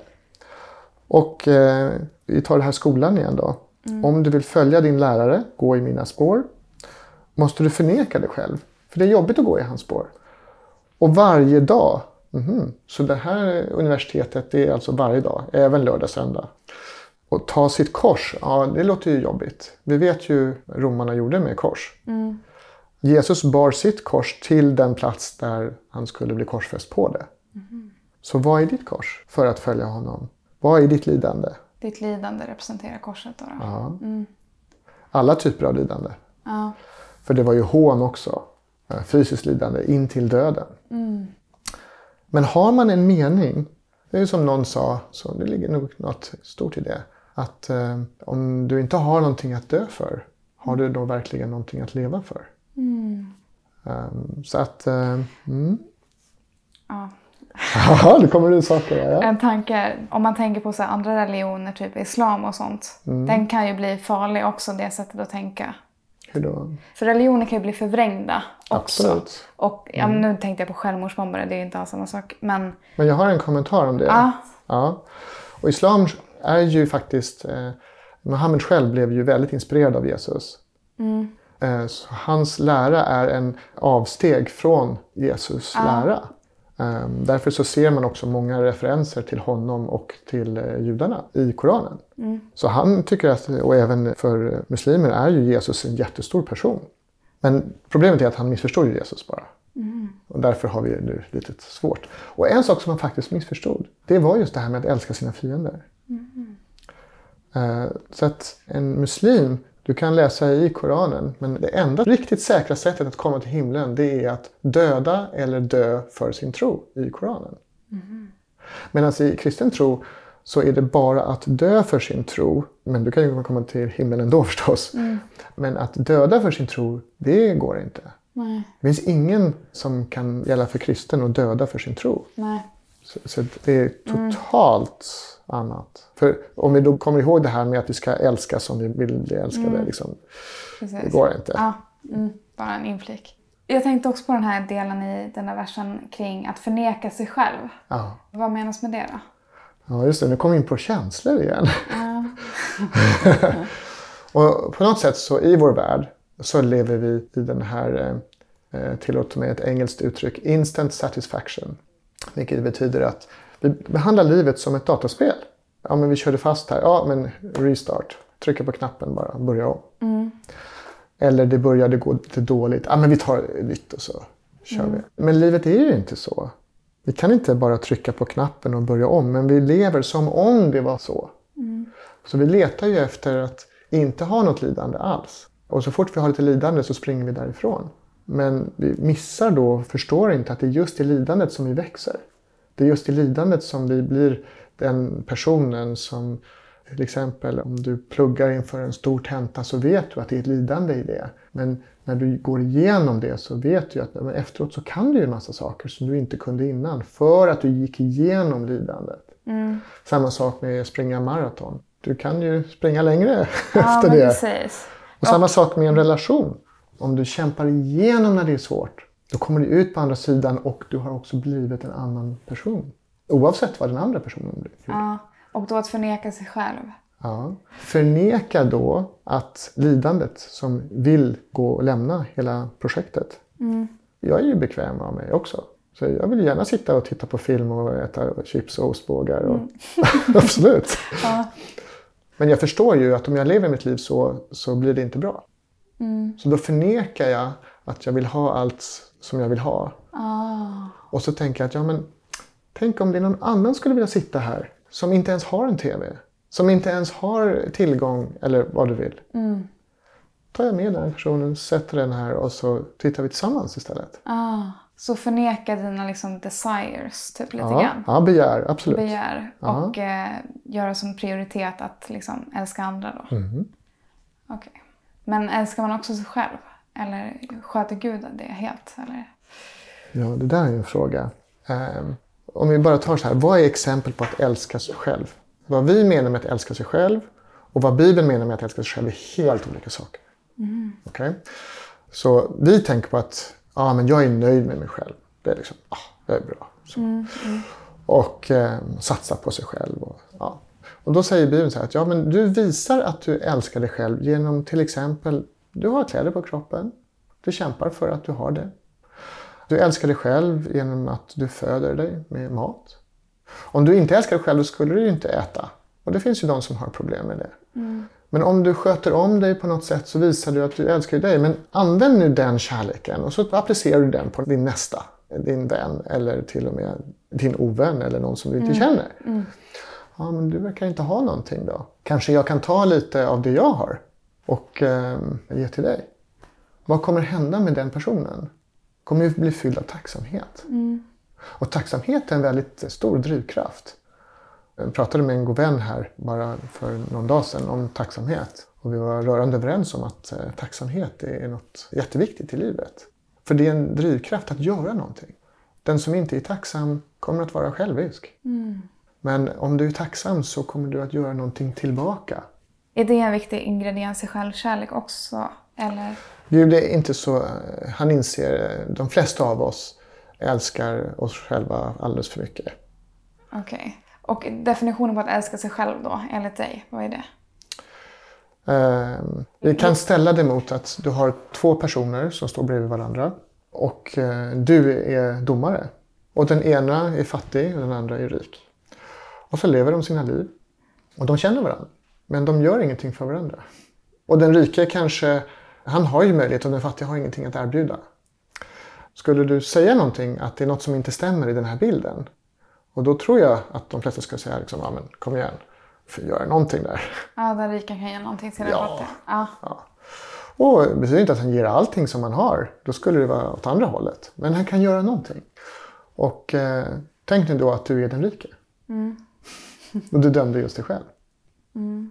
Och eh, vi tar det här skolan igen då. Mm. Om du vill följa din lärare, gå i mina spår, måste du förneka dig själv. För det är jobbigt att gå i hans spår. Och varje dag. Mm-hmm. Så det här universitetet, det är alltså varje dag. Även lördag, söndag. Och ta sitt kors, ja det låter ju jobbigt. Vi vet ju vad romarna gjorde med kors. Mm. Jesus bar sitt kors till den plats där han skulle bli korsfäst på det. Mm. Så vad är ditt kors för att följa honom? Vad är ditt lidande? Ditt lidande representerar korset då? då? Ja. Mm. Alla typer av lidande. Ja. För det var ju hån också. Fysiskt lidande in till döden. Mm. Men har man en mening, det är ju som någon sa, så det ligger nog något stort i det. Att eh, om du inte har någonting att dö för, har du då verkligen någonting att leva för? Mm. Um, så att... Uh, mm. Ja. Ja, det kommer du saker. Ja. En tanke, om man tänker på så andra religioner, typ islam och sånt. Mm. Den kan ju bli farlig också, det sättet att tänka. Hur då? För religioner kan ju bli förvrängda också. Absolut. Och ja, mm. nu tänkte jag på självmordsbombare, det är ju inte alls samma sak. Men, men jag har en kommentar om det. Ja. Ja. Och islam är ju faktiskt... Eh, Muhammed själv blev ju väldigt inspirerad av Jesus. Mm. Eh, så hans lära är en avsteg från Jesus ja. lära. Eh, därför så ser man också många referenser till honom och till eh, judarna i Koranen. Mm. Så han tycker att, och även för muslimer, är ju Jesus en jättestor person. Men problemet är att han missförstår ju Jesus bara. Mm. Och därför har vi nu lite svårt. Och en sak som han faktiskt missförstod, det var just det här med att älska sina fiender. Mm. Eh, så att en muslim, du kan läsa i Koranen, men det enda riktigt säkra sättet att komma till himlen, det är att döda eller dö för sin tro i Koranen. Mm. Medan i kristen tro så är det bara att dö för sin tro, men du kan ju komma till himlen ändå förstås. Mm. Men att döda för sin tro, det går inte. Nej. Det finns ingen som kan gälla för kristen och döda för sin tro. Nej. Så, så det är totalt mm. annat. För om vi då kommer ihåg det här med att vi ska älska som vi vill bli älskade, mm. liksom, det går inte. Ja, mm. bara en inflik. Jag tänkte också på den här delen i den här versen kring att förneka sig själv. Ja. Vad menas med det då? Ja, just det. Nu kommer vi in på känslor igen. Ja. Och på något sätt så i vår värld så lever vi i den här, eh, tillåt mig ett engelskt uttryck, instant satisfaction. Vilket betyder att vi behandlar livet som ett dataspel. Ja, men vi körde fast här. Ja, men restart. Trycka på knappen bara. Börja om. Mm. Eller det började gå lite dåligt. Ja, men vi tar nytt och så kör mm. vi. Men livet är ju inte så. Vi kan inte bara trycka på knappen och börja om. Men vi lever som om det var så. Mm. Så vi letar ju efter att inte ha något lidande alls. Och så fort vi har lite lidande så springer vi därifrån. Men vi missar då och förstår inte att det är just i lidandet som vi växer. Det är just i lidandet som vi blir den personen som, till exempel om du pluggar inför en stor tenta så vet du att det är ett lidande i det. Men när du går igenom det så vet du att efteråt så kan du ju en massa saker som du inte kunde innan. För att du gick igenom lidandet. Mm. Samma sak med att springa maraton. Du kan ju springa längre ja, efter det. Precis. Och samma sak med en relation. Om du kämpar igenom när det är svårt, då kommer du ut på andra sidan och du har också blivit en annan person. Oavsett vad den andra personen blir. Ja, och då att förneka sig själv. Ja. Förneka då att lidandet som vill gå och lämna hela projektet. Mm. Jag är ju bekväm av mig också. Så jag vill gärna sitta och titta på film och äta chips och ostbågar. Och... Mm. Absolut. Ja. Men jag förstår ju att om jag lever mitt liv så, så blir det inte bra. Mm. Så då förnekar jag att jag vill ha allt som jag vill ha. Ah. Och så tänker jag att ja, men, tänk om det är någon annan skulle vilja sitta här som inte ens har en tv. Som inte ens har tillgång eller vad du vill. Mm. Tar jag med den personen, sätter den här och så tittar vi tillsammans istället. Ah. Så förneka dina liksom desires typ lite ja, grann. Ja, begär, absolut. Begär och eh, göra som prioritet att liksom älska andra då. Mm. Okej. Okay. Men älskar man också sig själv? Eller sköter Gud det helt? Eller? Ja, det där är en fråga. Um, om vi bara tar så här, vad är exempel på att älska sig själv? Vad vi menar med att älska sig själv och vad Bibeln menar med att älska sig själv är helt olika saker. Mm. Okej? Okay? Så vi tänker på att ja, men jag är nöjd med mig själv. Det är liksom, ah, jag är bra. Så. Mm, mm. Och eh, satsa på sig själv. Och, ja. och då säger Bibeln så här att ja, men du visar att du älskar dig själv genom till exempel, du har kläder på kroppen. Du kämpar för att du har det. Du älskar dig själv genom att du föder dig med mat. Om du inte älskar dig själv, då skulle du ju inte äta. Och det finns ju de som har problem med det. Mm. Men om du sköter om dig på något sätt så visar du att du älskar dig. Men använd nu den kärleken och så applicerar du den på din nästa. Din vän eller till och med din ovän eller någon som du inte mm. känner. Mm. Ja, men du verkar inte ha någonting då. Kanske jag kan ta lite av det jag har och eh, ge till dig. Vad kommer hända med den personen? Kommer ju bli fylld av tacksamhet. Mm. Och tacksamhet är en väldigt stor drivkraft. Jag pratade med en god vän här bara för någon dag sedan om tacksamhet. Och vi var rörande överens om att eh, tacksamhet är något jätteviktigt i livet. För det är en drivkraft att göra någonting. Den som inte är tacksam kommer att vara självisk. Mm. Men om du är tacksam så kommer du att göra någonting tillbaka. Är det en viktig ingrediens i självkärlek också? Eller? Gud är inte så, han inser, de flesta av oss älskar oss själva alldeles för mycket. Okej. Okay. Och definitionen på att älska sig själv då, enligt dig, vad är det? Uh, vi kan ställa det mot att du har två personer som står bredvid varandra. Och uh, du är domare. Och den ena är fattig och den andra är rik. Och så lever de sina liv. Och de känner varandra. Men de gör ingenting för varandra. Och den rike kanske, han har ju möjlighet och den fattiga har ingenting att erbjuda. Skulle du säga någonting att det är något som inte stämmer i den här bilden. Och då tror jag att de flesta ska säga liksom, ja men kom igen, för att göra någonting där. Ja, den rika kan ge någonting till den ja. fattiga. Ja. ja. Och det betyder inte att han ger allting som han har. Då skulle det vara åt andra hållet. Men han kan göra någonting. Och eh, tänk nu då att du är den rike. Mm. Och du dömde just dig själv. Mm.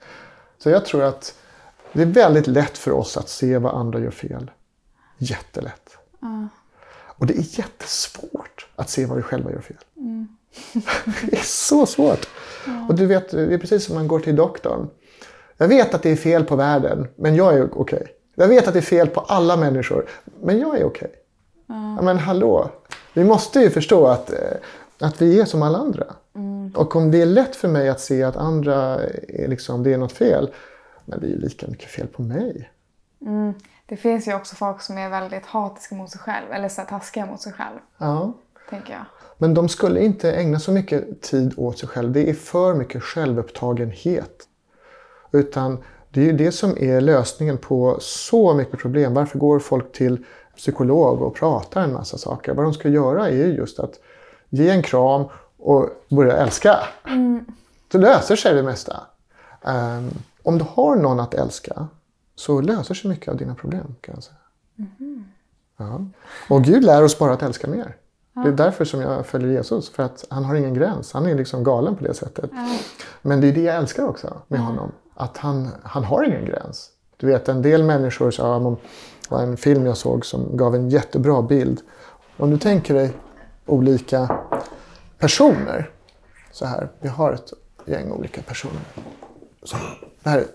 Så jag tror att det är väldigt lätt för oss att se vad andra gör fel. Jättelätt. Mm. Och det är jättesvårt att se vad vi själva gör fel. Mm. Det är så svårt. Mm. Och du vet, det är precis som man går till doktorn. Jag vet att det är fel på världen, men jag är okej. Okay. Jag vet att det är fel på alla människor, men jag är okej. Okay. Mm. Ja, men hallå, vi måste ju förstå att, att vi är som alla andra. Mm. Och om det är lätt för mig att se att andra är liksom, det är något fel, men det är ju lika mycket fel på mig. Mm. Det finns ju också folk som är väldigt hatiska mot sig själv, eller så taskiga mot sig själv. Ja. Tänker jag. Men de skulle inte ägna så mycket tid åt sig själv. Det är för mycket självupptagenhet. Utan det är ju det som är lösningen på så mycket problem. Varför går folk till psykolog och pratar en massa saker? Vad de ska göra är just att ge en kram och börja älska. Mm. Så löser sig det mesta. Um, om du har någon att älska så löser sig mycket av dina problem, kan jag säga. Mm. Ja. Och Gud lär oss bara att älska mer. Ja. Det är därför som jag följer Jesus. För att han har ingen gräns. Han är liksom galen på det sättet. Ja. Men det är det jag älskar också med ja. honom. Att han, han har ingen gräns. Du vet, en del människor sa om var en film jag såg som gav en jättebra bild. Om du tänker dig olika personer. Så här, vi har ett gäng olika personer. Så, det här är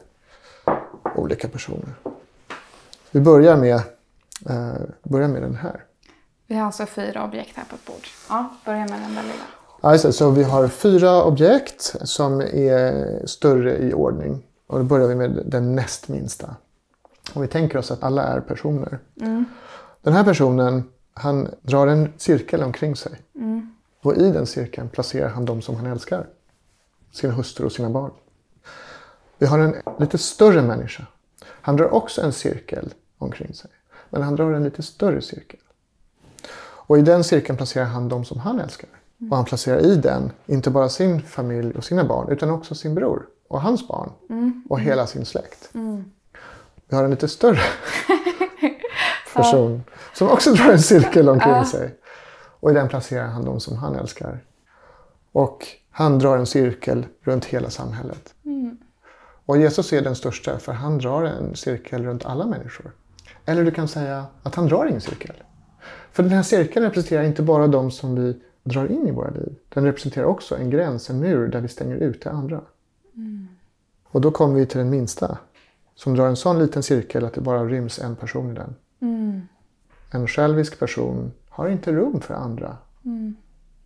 olika personer. Vi börjar med, eh, börjar med den här. Vi har alltså fyra objekt här på ett bord. Ja, börja med den där lilla. Alltså, så vi har fyra objekt som är större i ordning. Och då börjar vi med den näst minsta. Och vi tänker oss att alla är personer. Mm. Den här personen Han drar en cirkel omkring sig. Mm. Och i den cirkeln placerar han de som han älskar. Sin hustru och sina barn. Vi har en lite större människa. Han drar också en cirkel omkring sig. Men han drar en lite större cirkel. Och i den cirkeln placerar han de som han älskar. Mm. Och han placerar i den inte bara sin familj och sina barn. Utan också sin bror och hans barn. Mm. Och hela sin släkt. Mm. Vi har en lite större person. Som också drar en cirkel omkring ja. sig. Och i den placerar han de som han älskar. Och han drar en cirkel runt hela samhället. Mm. Och Jesus är den största för han drar en cirkel runt alla människor. Eller du kan säga att han drar ingen cirkel. För den här cirkeln representerar inte bara de som vi drar in i våra liv. Den representerar också en gräns, en mur där vi stänger ut det andra. Mm. Och då kommer vi till den minsta. Som drar en sån liten cirkel att det bara ryms en person i den. Mm. En självisk person har inte rum för andra. Mm.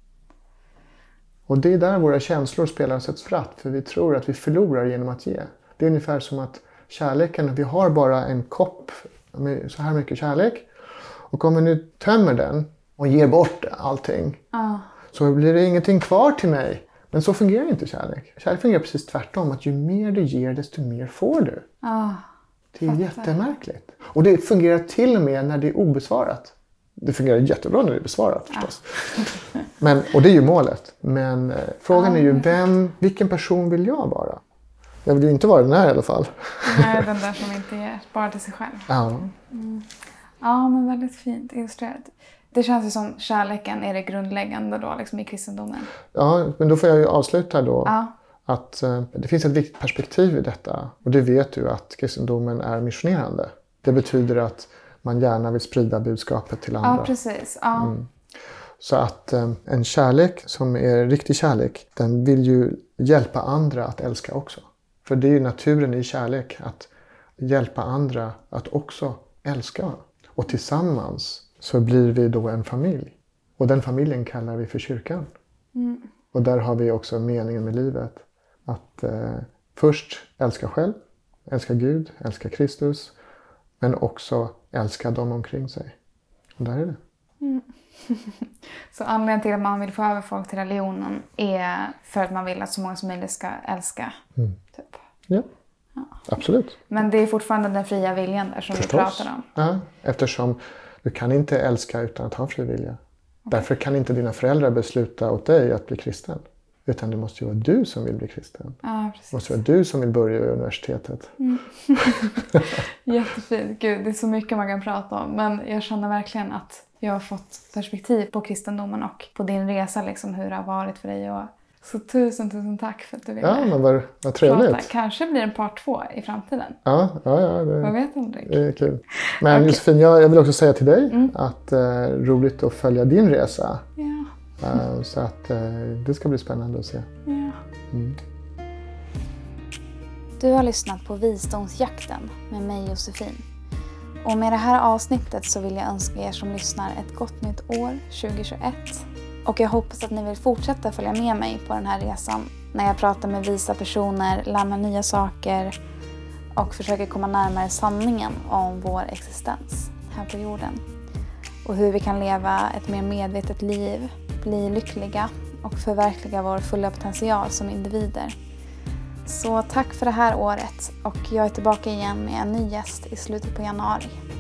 Och det är där våra känslor spelar oss ett spratt. För vi tror att vi förlorar genom att ge. Det är ungefär som att kärleken, vi har bara en kopp med så här mycket kärlek. Och om vi nu tömmer den och ger bort allting. Ah. Så blir det ingenting kvar till mig. Men så fungerar inte kärlek. Kärlek fungerar precis tvärtom. Att ju mer du ger desto mer får du. Ah. Det är jättemärkligt. Och det fungerar till och med när det är obesvarat. Det fungerar jättebra när det är besvarat förstås. Ja. Men, och det är ju målet. Men eh, frågan ja, är ju, vem, vilken person vill jag vara? Jag vill ju inte vara den här i alla fall. Nej, den där som inte ger bara till sig själv. Ja. Mm. Ja, men väldigt fint illustrerat. Det känns ju som kärleken är det grundläggande då, liksom i kristendomen. Ja, men då får jag ju avsluta då. Ja. Att eh, det finns ett viktigt perspektiv i detta. Och det vet du att kristendomen är missionerande. Det betyder att man gärna vill sprida budskapet till andra. Ja, precis. Ja. Mm. Så att eh, en kärlek som är riktig kärlek, den vill ju hjälpa andra att älska också. För det är ju naturen i kärlek att hjälpa andra att också älska. Och tillsammans så blir vi då en familj. Och den familjen kallar vi för kyrkan. Mm. Och där har vi också meningen med livet. Att eh, först älska själv, älska Gud, älska Kristus. Men också älska dem omkring sig. Och där är det. Mm. Så anledningen till att man vill få över folk till religionen är för att man vill att så många som möjligt ska älska. Mm. Typ. Ja. ja, absolut. Men det är fortfarande den fria viljan där som Förstås. vi pratar om. Ja, eftersom du kan inte älska utan att ha fri vilja. Okay. Därför kan inte dina föräldrar besluta åt dig att bli kristen. Utan det måste ju vara du som vill bli kristen. Ja, precis. Det måste vara du som vill börja i universitetet. Mm. Jättefint. Gud, det är så mycket man kan prata om. Men jag känner verkligen att jag har fått perspektiv på kristendomen och på din resa. Liksom, hur det har varit för dig. Och så tusen, tusen tack för att du ville Ja, men vad, vad trevligt. prata. Kanske blir en part två i framtiden. Ja, ja, ja. Det, vad vet du, det är kul. Men okay. Josefin, jag, jag vill också säga till dig mm. att eh, roligt att följa din resa. Ja. Uh, så att uh, det ska bli spännande att se. Ja. Mm. Du har lyssnat på Visdomsjakten med mig Josefin. Och med det här avsnittet så vill jag önska er som lyssnar ett gott nytt år tjugohundratjugoett. Och jag hoppas att ni vill fortsätta följa med mig på den här resan. När jag pratar med visa personer, lär mig nya saker och försöker komma närmare sanningen om vår existens här på jorden. Och hur vi kan leva ett mer medvetet liv, bli lyckliga och förverkliga vår fulla potential som individer. Så tack för det här året och jag är tillbaka igen med en ny gäst i slutet på januari.